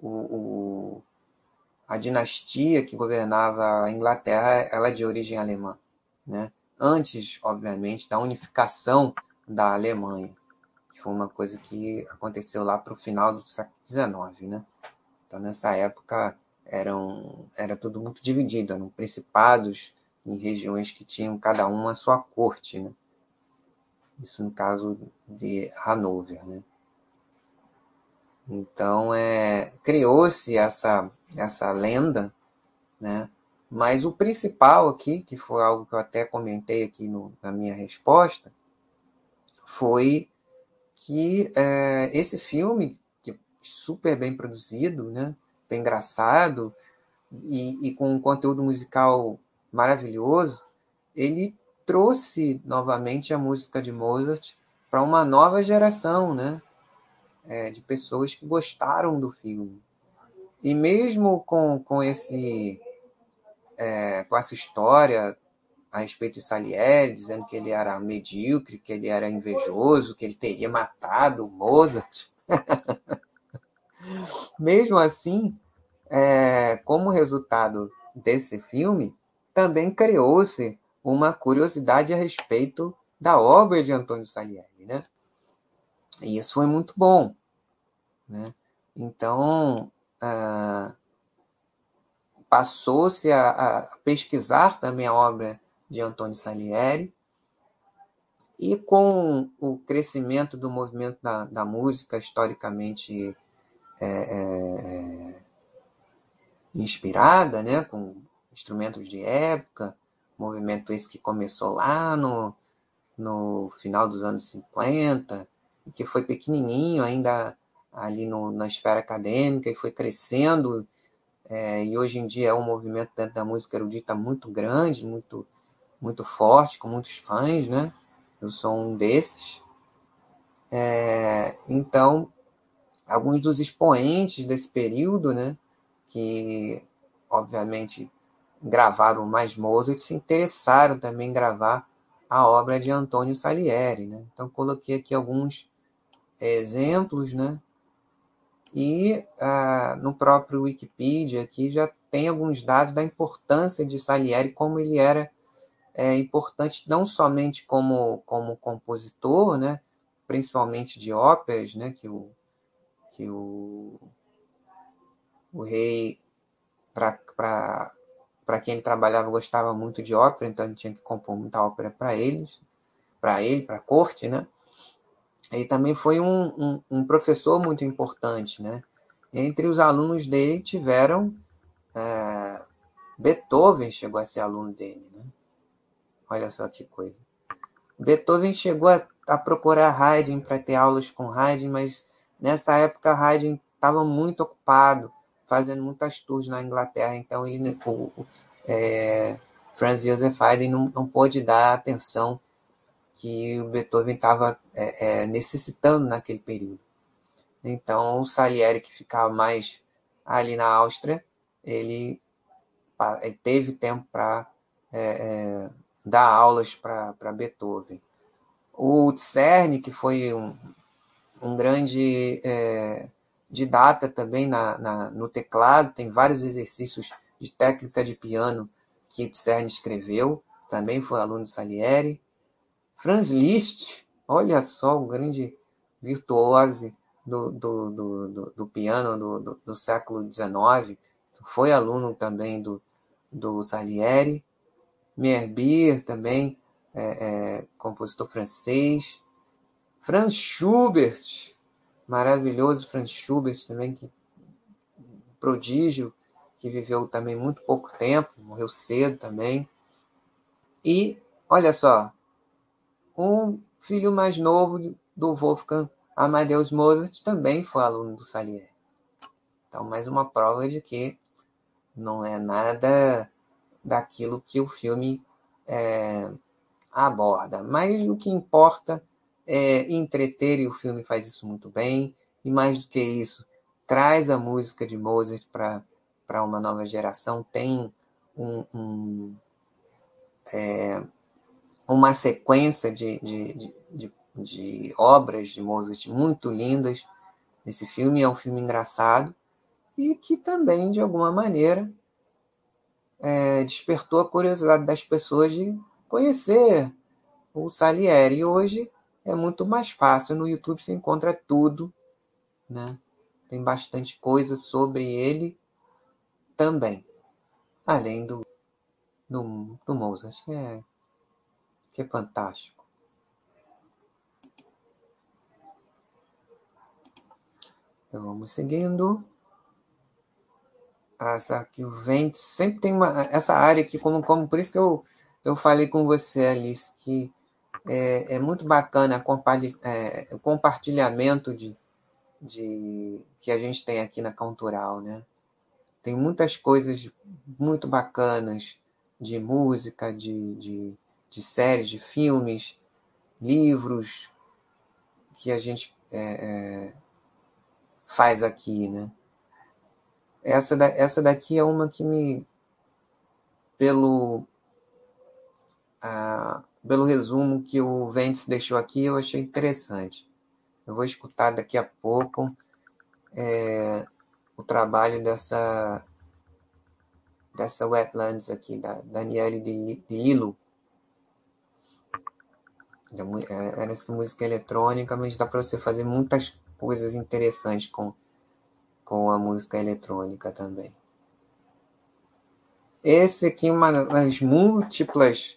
a dinastia que governava a Inglaterra ela é de origem alemã, né? Antes, obviamente, da unificação da Alemanha, que foi uma coisa que aconteceu lá para o final do século XIX, né? Então, nessa época, era tudo muito dividido, eram principados em regiões que tinham cada uma a sua corte, né? Isso no caso de Hanover, né? Então, criou-se essa lenda, né? Mas o principal aqui, que foi algo que eu até comentei aqui na minha resposta, foi que esse filme, que é super bem produzido, né? Bem engraçado, e com um conteúdo musical maravilhoso, ele trouxe novamente a música de Mozart para uma nova geração, né? De pessoas que gostaram do filme. E mesmo com essa história a respeito de Salieri, dizendo que ele era medíocre, que ele era invejoso, que ele teria matado Mozart, mesmo assim, como resultado desse filme, também criou-se uma curiosidade a respeito da obra de Antônio Salieri, né? E isso foi muito bom, né? Então, passou-se a pesquisar também a obra de Antônio Salieri, e com o crescimento do movimento da música historicamente inspirada, né, com instrumentos de época, movimento esse que começou lá no final dos anos 50, e que foi pequenininho ainda ali na esfera acadêmica, e foi crescendo, e hoje em dia é um movimento dentro da música erudita muito grande, muito, muito forte, com muitos fãs, né? Eu sou um desses. Então, alguns dos expoentes desse período, né, que obviamente gravaram mais Mozart, se interessaram também em gravar a obra de Antônio Salieri, né? Então coloquei aqui alguns exemplos, né? E no próprio Wikipedia aqui já tem alguns dados da importância de Salieri, como ele era importante não somente como compositor, né? Principalmente de óperas, né? Que o rei, para quem ele trabalhava, gostava muito de ópera, então ele tinha que compor muita ópera para ele, para a corte, né? Ele também foi um professor muito importante, né? Entre os alunos dele tiveram Beethoven, chegou a ser aluno dele, né? Olha só que coisa. Beethoven chegou a procurar Haydn para ter aulas com Haydn, mas nessa época Haydn estava muito ocupado, fazendo muitas tours na Inglaterra, então Franz Joseph Haydn não pôde dar a atenção que o Beethoven estava necessitando naquele período. Então, o Salieri, que ficava mais ali na Áustria, ele teve tempo para dar aulas para Beethoven. O Czerny, que foi um grande didata também no teclado, tem vários exercícios de técnica de piano que o Czerny escreveu, também foi aluno de Salieri. Franz Liszt, olha só, um grande virtuose do piano do século XIX, foi aluno também do Salieri. Meyerbeer também, compositor francês. Franz Schubert, maravilhoso Franz Schubert também, que prodígio, que viveu também muito pouco tempo, morreu cedo também. E, olha só, um filho mais novo do Wolfgang Amadeus Mozart também foi aluno do Salieri. Então, mais uma prova de que não é nada daquilo que o filme aborda. Mas o que importa é entreter, e o filme faz isso muito bem. E mais do que isso, traz a música de Mozart para uma nova geração. Tem uma sequência de obras de Mozart muito lindas. Esse filme é um filme engraçado e que também, de alguma maneira, despertou a curiosidade das pessoas de conhecer o Salieri. E hoje é muito mais fácil. No YouTube se encontra tudo, né? Tem bastante coisa sobre ele também, além do Mozart, que é fantástico. Então vamos seguindo. Essa aqui, o Ventes, sempre tem essa área aqui, como por isso que eu falei com você, Alice, que é muito bacana o compartilhamento que a gente tem aqui na Cultural, né? Tem muitas coisas muito bacanas de música, de séries, de filmes, livros que a gente faz aqui, né? Essa daqui é uma que pelo, pelo resumo que o Ventes deixou aqui, eu achei interessante. Eu vou escutar daqui a pouco o trabalho dessa Wetlands aqui, da Daniele de Lillo. Era essa música eletrônica, mas dá para você fazer muitas coisas interessantes com a música eletrônica também. Esse aqui é uma das múltiplas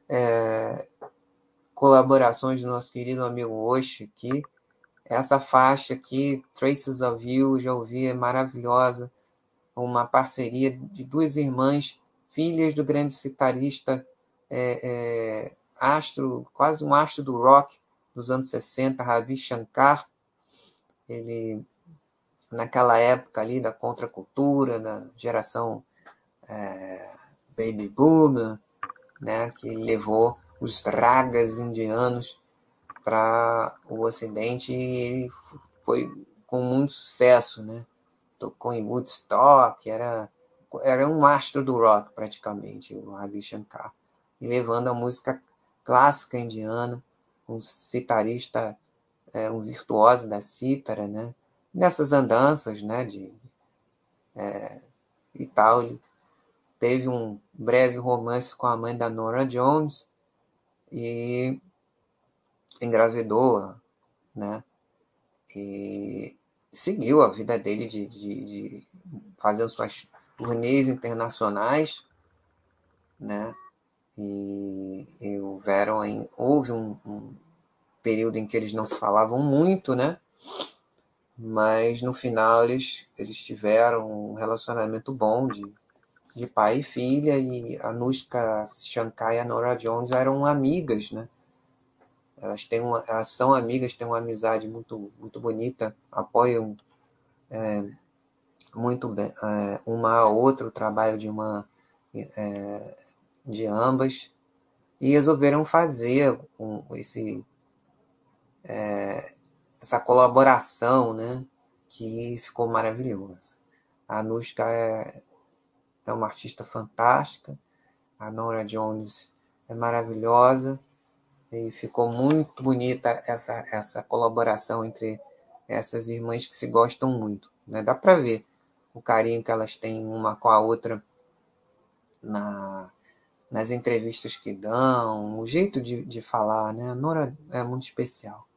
colaborações do nosso querido amigo Osh aqui. Essa faixa aqui, Traces of You, já ouvi, é maravilhosa. Uma parceria de duas irmãs, filhas do grande citarista, quase um astro do rock dos anos 60, Ravi Shankar. Ele, naquela época ali da contracultura, da geração baby boomer, né, que levou os ragas indianos para o Ocidente e foi com muito sucesso, né? Tocou em Woodstock, era um astro do rock praticamente, o Ravi Shankar, e levando a música clássica indiana, um citarista, um virtuoso da cítara, né? Nessas andanças, né, e tal, ele teve um breve romance com a mãe da Nora Jones e engravidou, né? E seguiu a vida dele de fazendo suas turnês internacionais, né? E houve um período em que eles não se falavam muito, né? Mas no final eles tiveram um relacionamento bom de pai e filha, e a Anushka Shankar e a Nora Jones eram amigas, né? Elas são amigas, têm uma amizade muito, muito bonita, apoiam muito bem uma a outra, o trabalho de ambas, e resolveram fazer essa colaboração, né, que ficou maravilhosa. A Anushka é uma artista fantástica, a Nora Jones é maravilhosa, e ficou muito bonita essa colaboração entre essas irmãs que se gostam muito, né? Dá para ver o carinho que elas têm uma com a outra nas entrevistas que dão, o jeito de falar, né? A Nora é muito especial.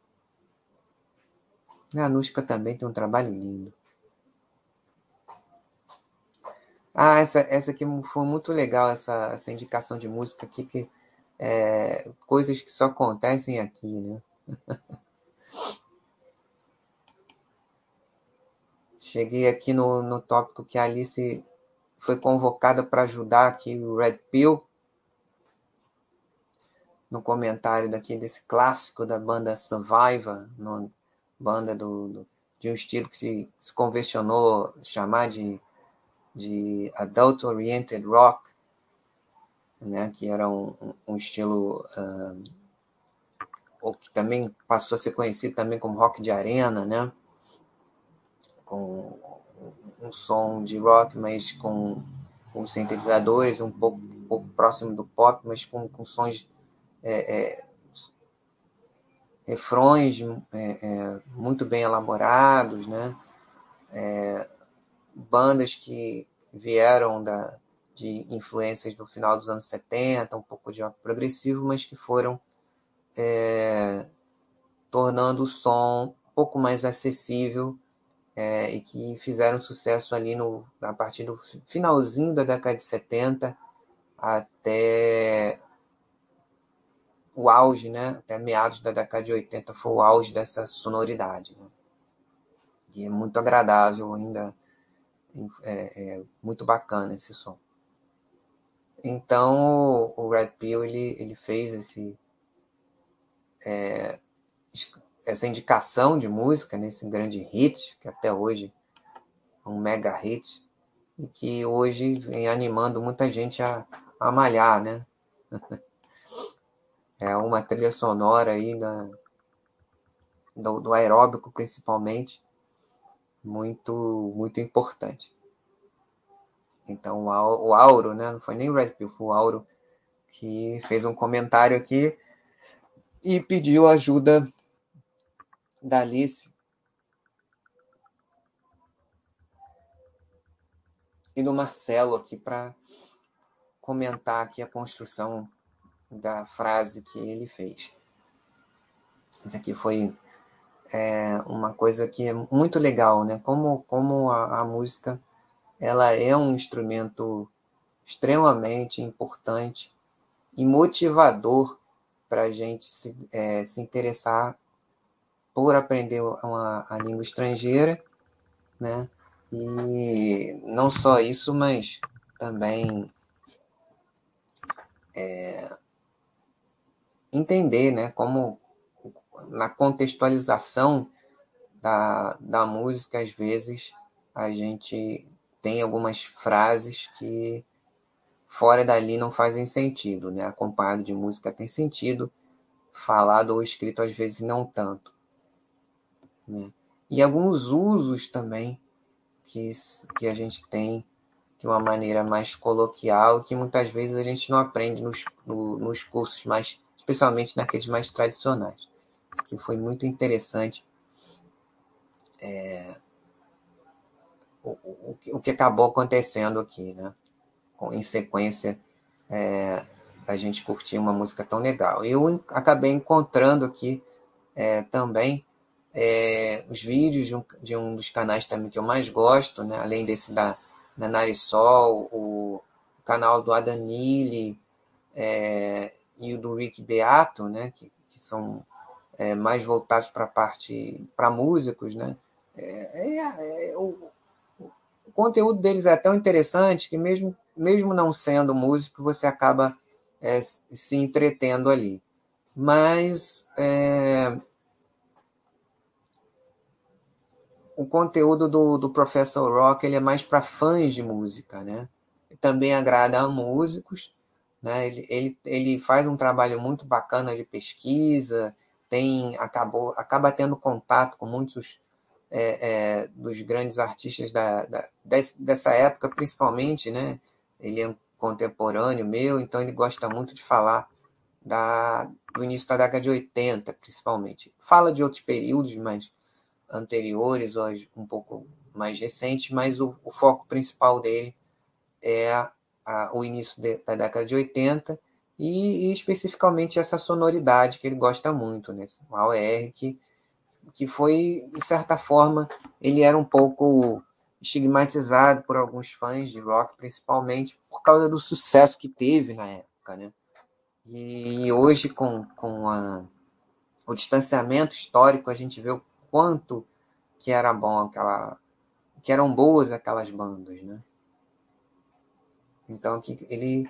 A Anushka também tem um trabalho lindo. Essa aqui foi muito legal, essa indicação de música aqui, que coisas que só acontecem aqui, né? Cheguei aqui no tópico que a Alice foi convocada para ajudar aqui o Red Pill, no comentário daqui desse clássico da banda Survivor, banda de um estilo que se convencionou chamar de Adult Oriented Rock, né, que era um estilo ou que também passou a ser conhecido também como rock de arena, né, com um som de rock, mas com com sintetizadores, um pouco próximo do pop, mas com sons, refrões muito bem elaborados, né? Bandas que vieram de influências do final dos anos 70, um pouco de rock progressivo, mas que foram tornando o som um pouco mais acessível, e que fizeram sucesso ali a partir do finalzinho da década de 70 até o auge, né? Até meados da década de 80 foi o auge dessa sonoridade, né? E é muito agradável ainda, muito bacana esse som. Então o Red Pill ele fez essa indicação de música nesse grande hit, que até hoje é um mega hit, e que hoje vem animando muita gente a malhar, né? É uma trilha sonora aí do aeróbico, principalmente, muito importante. Então o Auro, né? Não foi nem o Red Pill, foi o Auro que fez um comentário aqui e pediu ajuda da Alice e do Marcelo aqui para comentar aqui a construção da frase que ele fez. Isso aqui foi uma coisa que é muito legal, né? Como a música ela é um instrumento extremamente importante e motivador para a gente se interessar por aprender a língua estrangeira, né? E não só isso, mas também entender, né? Como na contextualização da música, às vezes a gente tem algumas frases que fora dali não fazem sentido, né? Acompanhado de música tem sentido, falado ou escrito às vezes não tanto, né? E alguns usos também que, que a gente tem de uma maneira mais coloquial, que muitas vezes a gente não aprende nos cursos mais, especialmente naqueles mais tradicionais. Isso aqui foi muito interessante, o que acabou acontecendo aqui, né? Em sequência, da gente curtir uma música tão legal. Eu acabei encontrando aqui também os vídeos de um dos canais também que eu mais gosto, né? Além desse da Narisol, o canal do Adanili, e o do Rick Beato, né? Que são mais voltados para a parte, para músicos, né? O conteúdo deles é tão interessante que mesmo não sendo músico, você acaba se entretendo ali. Mas o conteúdo do Professor Rock ele é mais para fãs de música, né? Também agrada a músicos, né? Ele faz um trabalho muito bacana de pesquisa, acaba tendo contato com muitos dos grandes artistas dessa época, principalmente, né? Ele é um contemporâneo meu, então ele gosta muito de falar do início da década de 80, principalmente. Fala de outros períodos, mas anteriores ou um pouco mais recentes, mas o foco principal dele é o início da década de 80 e especificamente essa sonoridade que ele gosta muito, né? O AOR, que foi, de certa forma, ele era um pouco estigmatizado por alguns fãs de rock, principalmente por causa do sucesso que teve na época, né? E hoje, o distanciamento histórico, a gente vê o quanto que era bom que eram boas aquelas bandas, né? Então aqui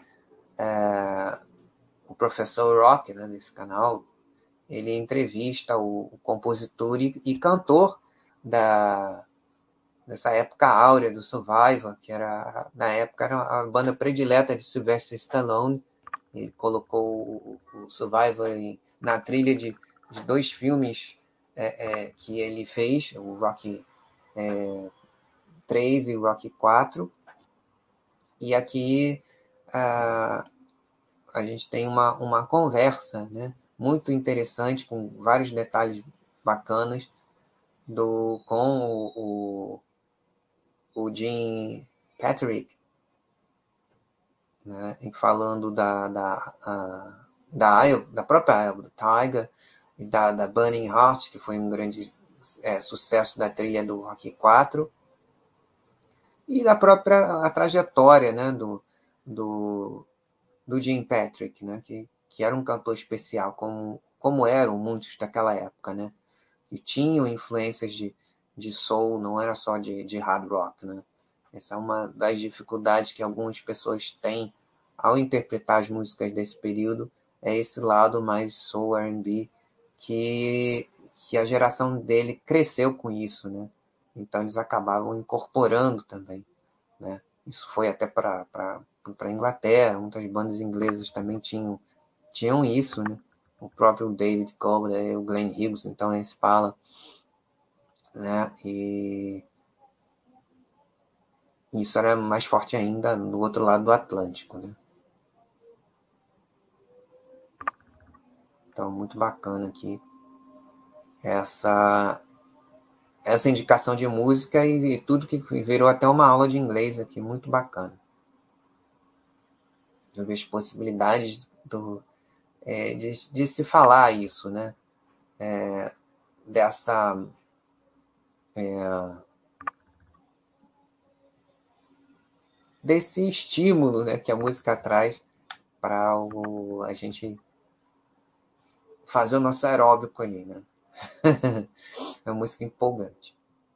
o professor Rock, né, desse canal, ele entrevista o compositor e cantor da dessa época áurea do Survivor, que na época era a banda predileta de Sylvester Stallone. Ele colocou o Survivor na trilha de dois filmes que ele fez, o Rocky 3 e o Rocky 4. E aqui a gente tem uma conversa, né, muito interessante, com vários detalhes bacanas, com o Jim Patrick, né, falando da própria Eye of the Tiger, e da Burning Heart, que foi um grande sucesso da trilha do Rocky 4, e da própria trajetória, né, do Jim Patrick, né, que era um cantor especial, como eram muitos daquela época, né, que tinham influências de soul, não era só de hard rock, né. Essa é uma das dificuldades que algumas pessoas têm ao interpretar as músicas desse período, é esse lado mais soul R&B, que a geração dele cresceu com isso, né. Então eles acabavam incorporando também, né. Isso foi até para a Inglaterra, muitas bandas inglesas também tinham isso, né. O próprio David Coverdale, o Glenn Hughes, então esse fala, né, e isso era mais forte ainda no outro lado do Atlântico, né. Então, muito bacana aqui essa essa indicação de música e tudo que virou até uma aula de inglês aqui, muito bacana. Eu vejo possibilidades de se falar isso, né? Dessa desse estímulo, né, que a música traz para a gente fazer o nosso aeróbico ali, né? É uma música empolgante.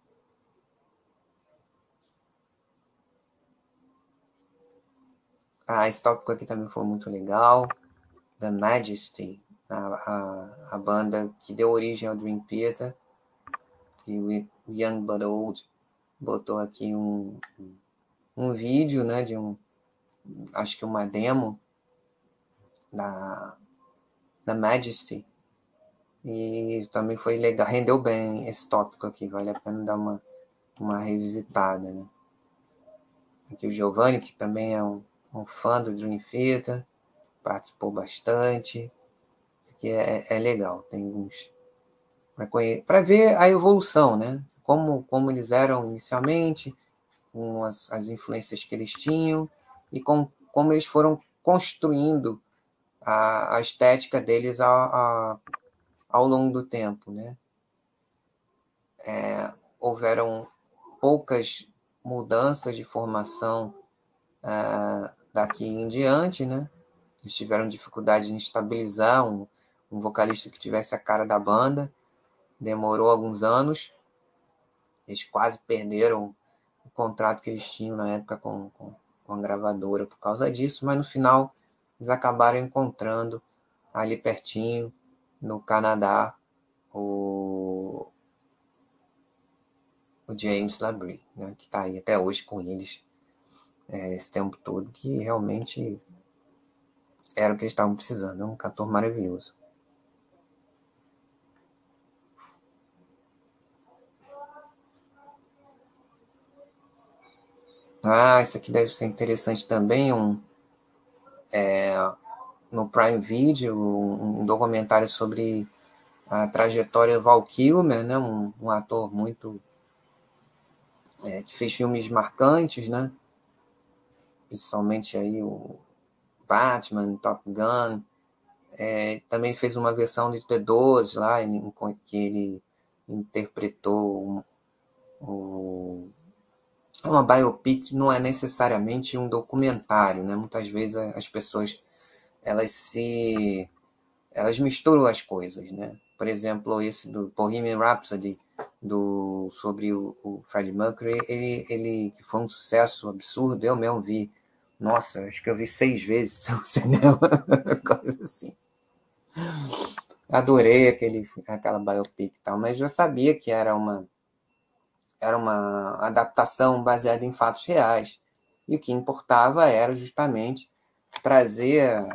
Esse tópico aqui também foi muito legal. The Majesty, a banda que deu origem ao Dream Theater, e o Young But Old botou aqui um vídeo, né, acho que uma demo da, da Majesty, e também foi legal, rendeu bem esse tópico aqui, vale a pena dar uma revisitada, né. Aqui o Giovanni, que também é um fã do Dream Theater, participou bastante. Isso aqui é legal, tem uns para ver a evolução, né? Como eles eram inicialmente, com as influências que eles tinham e como eles foram construindo a estética deles ao longo do tempo, né? Houveram poucas mudanças de formação daqui em diante, né? Eles tiveram dificuldade em estabilizar um vocalista que tivesse a cara da banda, demorou alguns anos, eles quase perderam o contrato que eles tinham na época com a gravadora por causa disso, mas no final eles acabaram encontrando ali pertinho, no Canadá, o, o James Labrie, né, que está aí até hoje com eles esse tempo todo, que realmente era o que eles estavam precisando, é um cantor maravilhoso. Isso aqui deve ser interessante também, no Prime Video, um documentário sobre a trajetória do Val Kilmer, né, um ator muito que fez filmes marcantes, né, principalmente aí o Batman, Top Gun, também fez uma versão de The Doors lá, em que ele interpretou uma biopic, não é necessariamente um documentário, né? Muitas vezes as pessoas elas elas misturam as coisas, né? Por exemplo, esse do Bohemian Rhapsody sobre o Freddie Mercury, ele que foi um sucesso absurdo, eu mesmo vi, nossa, acho que eu vi 6 vezes no cinema, coisa assim. Adorei aquela biopic e tal, mas já sabia que era uma adaptação baseada em fatos reais. E o que importava era justamente trazer,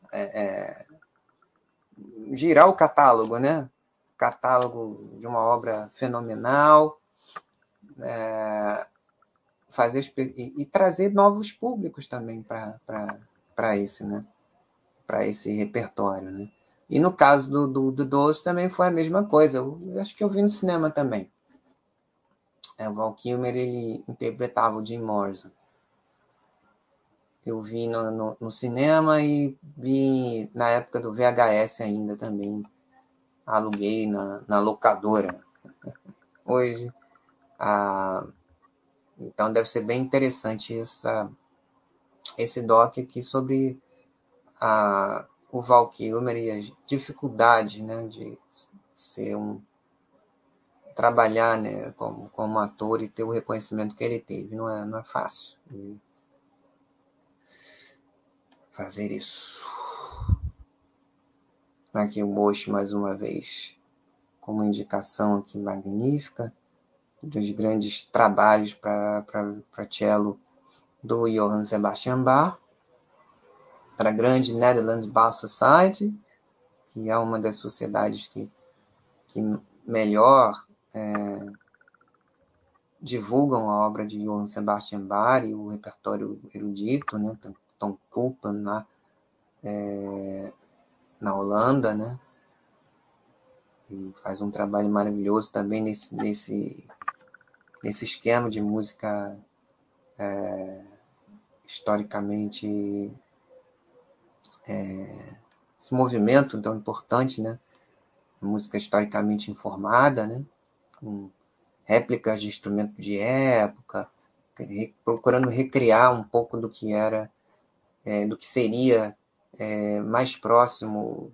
girar o catálogo, né? Catálogo de uma obra fenomenal, e trazer novos públicos também para esse, né? Para esse repertório, né? E no caso do Doce também foi a mesma coisa. Eu acho que eu vi no cinema também. O Val Kilmer, ele interpretava o Jim Morrison. Eu vi no cinema e vi na época do VHS ainda também. Aluguei na locadora. Hoje, então deve ser bem interessante esse doc aqui sobre o Val Kilmer e as dificuldades, né, de ser trabalhar, né, como ator e ter o reconhecimento que ele teve. Não é fácil fazer isso. Aqui o Bosch mais uma vez como indicação aqui magnífica dos grandes trabalhos para cello do Johann Sebastian Bach, para a grande Netherlands Bar Society, que é uma das sociedades que melhor divulgam a obra de Johann Sebastian Bach e o repertório erudito, né? Tom Koopman lá na Holanda, né? E faz um trabalho maravilhoso também nesse esquema de música historicamente, esse movimento tão importante, né? Música historicamente informada, né? Com réplicas de instrumentos de época, procurando recriar um pouco do que era, do que seria mais próximo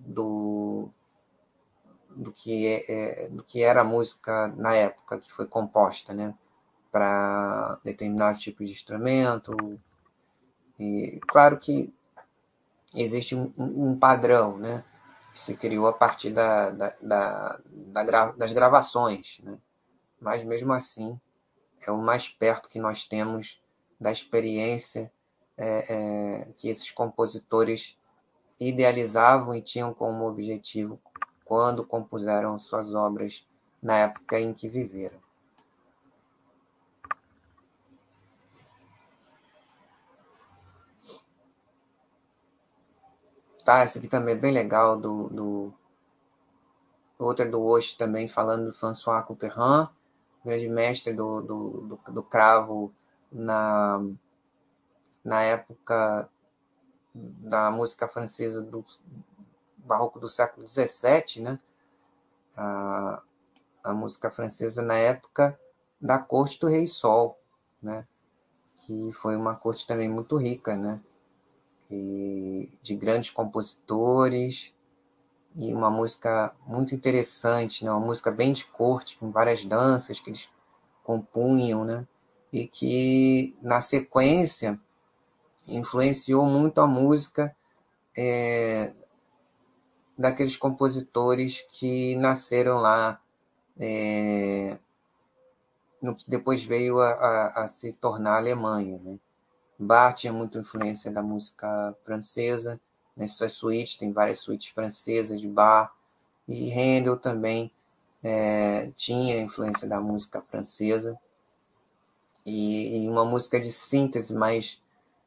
do que era a música na época que foi composta, né? Para determinado tipo de instrumento. E claro que existe um padrão, né? Que se criou a partir das gravações, né? Mas mesmo assim é o mais perto que nós temos da experiência que esses compositores idealizavam e tinham como objetivo quando compuseram suas obras na época em que viveram. Tá, esse aqui também é bem legal, outra do Osh também, falando do François Couperin, grande mestre do cravo na época da música francesa do barroco do século XVII, né? A música francesa na época da corte do Rei Sol, né? Que foi uma corte também muito rica, né? De grandes compositores e uma música muito interessante, né? Uma música bem de corte, com várias danças que eles compunham, né? E que, na sequência, influenciou muito a música daqueles compositores que nasceram lá, no que depois veio a se tornar a Alemanha, né? Bach tinha muita influência da música francesa, nas suas suítes, tem várias suítes francesas de Bach, e Handel também tinha influência da música francesa, e uma música de síntese mais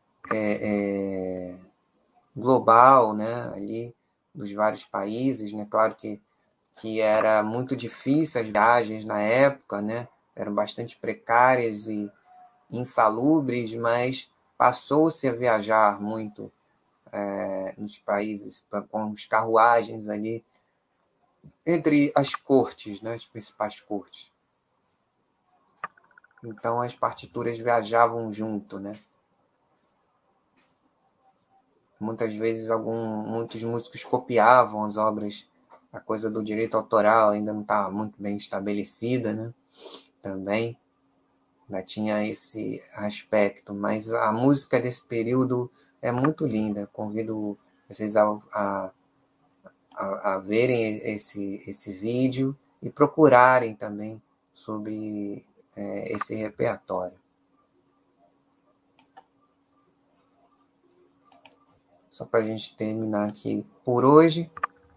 global, né, ali, dos vários países, né, claro que era muito difícil as viagens na época, né, eram bastante precárias e insalubres, mas passou-se a viajar muito nos países com as carruagens ali entre as cortes, né, as principais cortes. Então as partituras viajavam junto, né? Muitas vezes muitos músicos copiavam as obras, a coisa do direito autoral ainda não estava muito bem estabelecida, né? Também ainda tinha esse aspecto, mas a música desse período é muito linda. Convido vocês a verem esse vídeo e procurarem também sobre esse repertório. Só para a gente terminar aqui por hoje,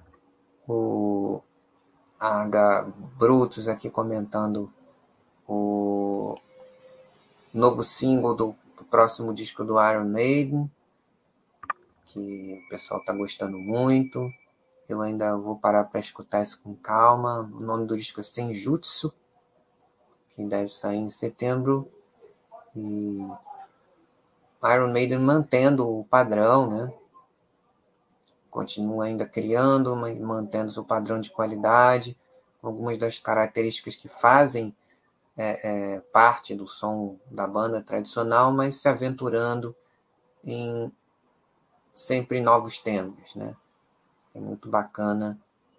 o H. Brutus aqui comentando novo single do próximo disco do Iron Maiden, que o pessoal está gostando muito. Eu ainda vou parar para escutar isso com calma. O nome do disco é Senjutsu, que deve sair em setembro. E Iron Maiden mantendo o padrão, né? Continua ainda criando, mantendo seu padrão de qualidade, algumas das características que fazem parte do som da banda tradicional, mas se aventurando em sempre novos temas, né? É muito bacana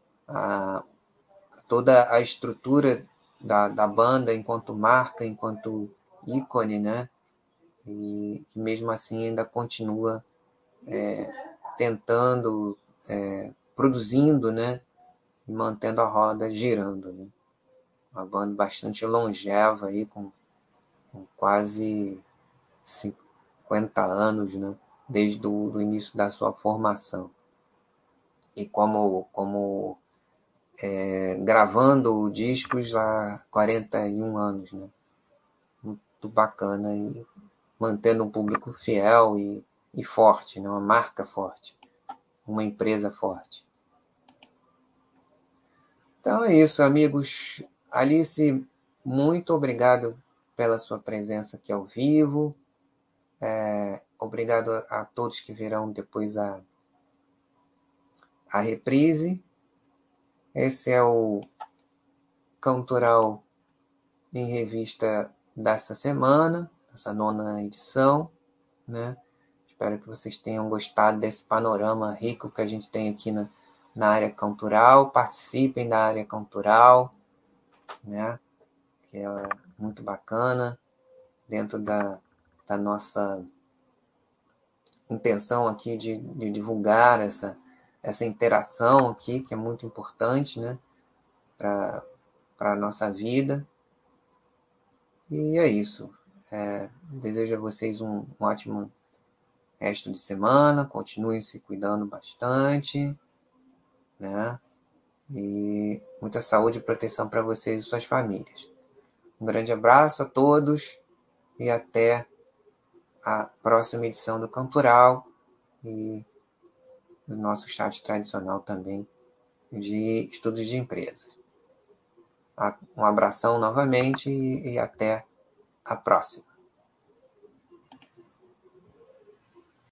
toda a estrutura da banda enquanto marca, enquanto ícone, né? E mesmo assim ainda continua tentando, produzindo, né? E mantendo a roda girando, né? Uma banda bastante longeva aí, com quase 50 anos, né? Desde o do início da sua formação. E como gravando discos há 41 anos, né? Muito bacana e mantendo um público fiel e forte, né? Uma marca forte, uma empresa forte. Então é isso, amigos. Alice, muito obrigado pela sua presença aqui ao vivo. Obrigado a todos que verão depois a reprise. Esse é o Cantoral em Revista dessa semana, essa 9ª edição, né? Espero que vocês tenham gostado desse panorama rico que a gente tem aqui na área cantoral. Participem da área cantoral, né? Que é muito bacana, dentro da nossa intenção aqui de divulgar essa interação aqui, que é muito importante, né? Para a nossa vida. E é isso. Desejo a vocês um ótimo resto de semana. Continuem se cuidando bastante, né? E muita saúde e proteção para vocês e suas famílias. Um grande abraço a todos e até a próxima edição do Cantoral e do nosso chat tradicional também de estudos de empresas. Um abração novamente e até a próxima.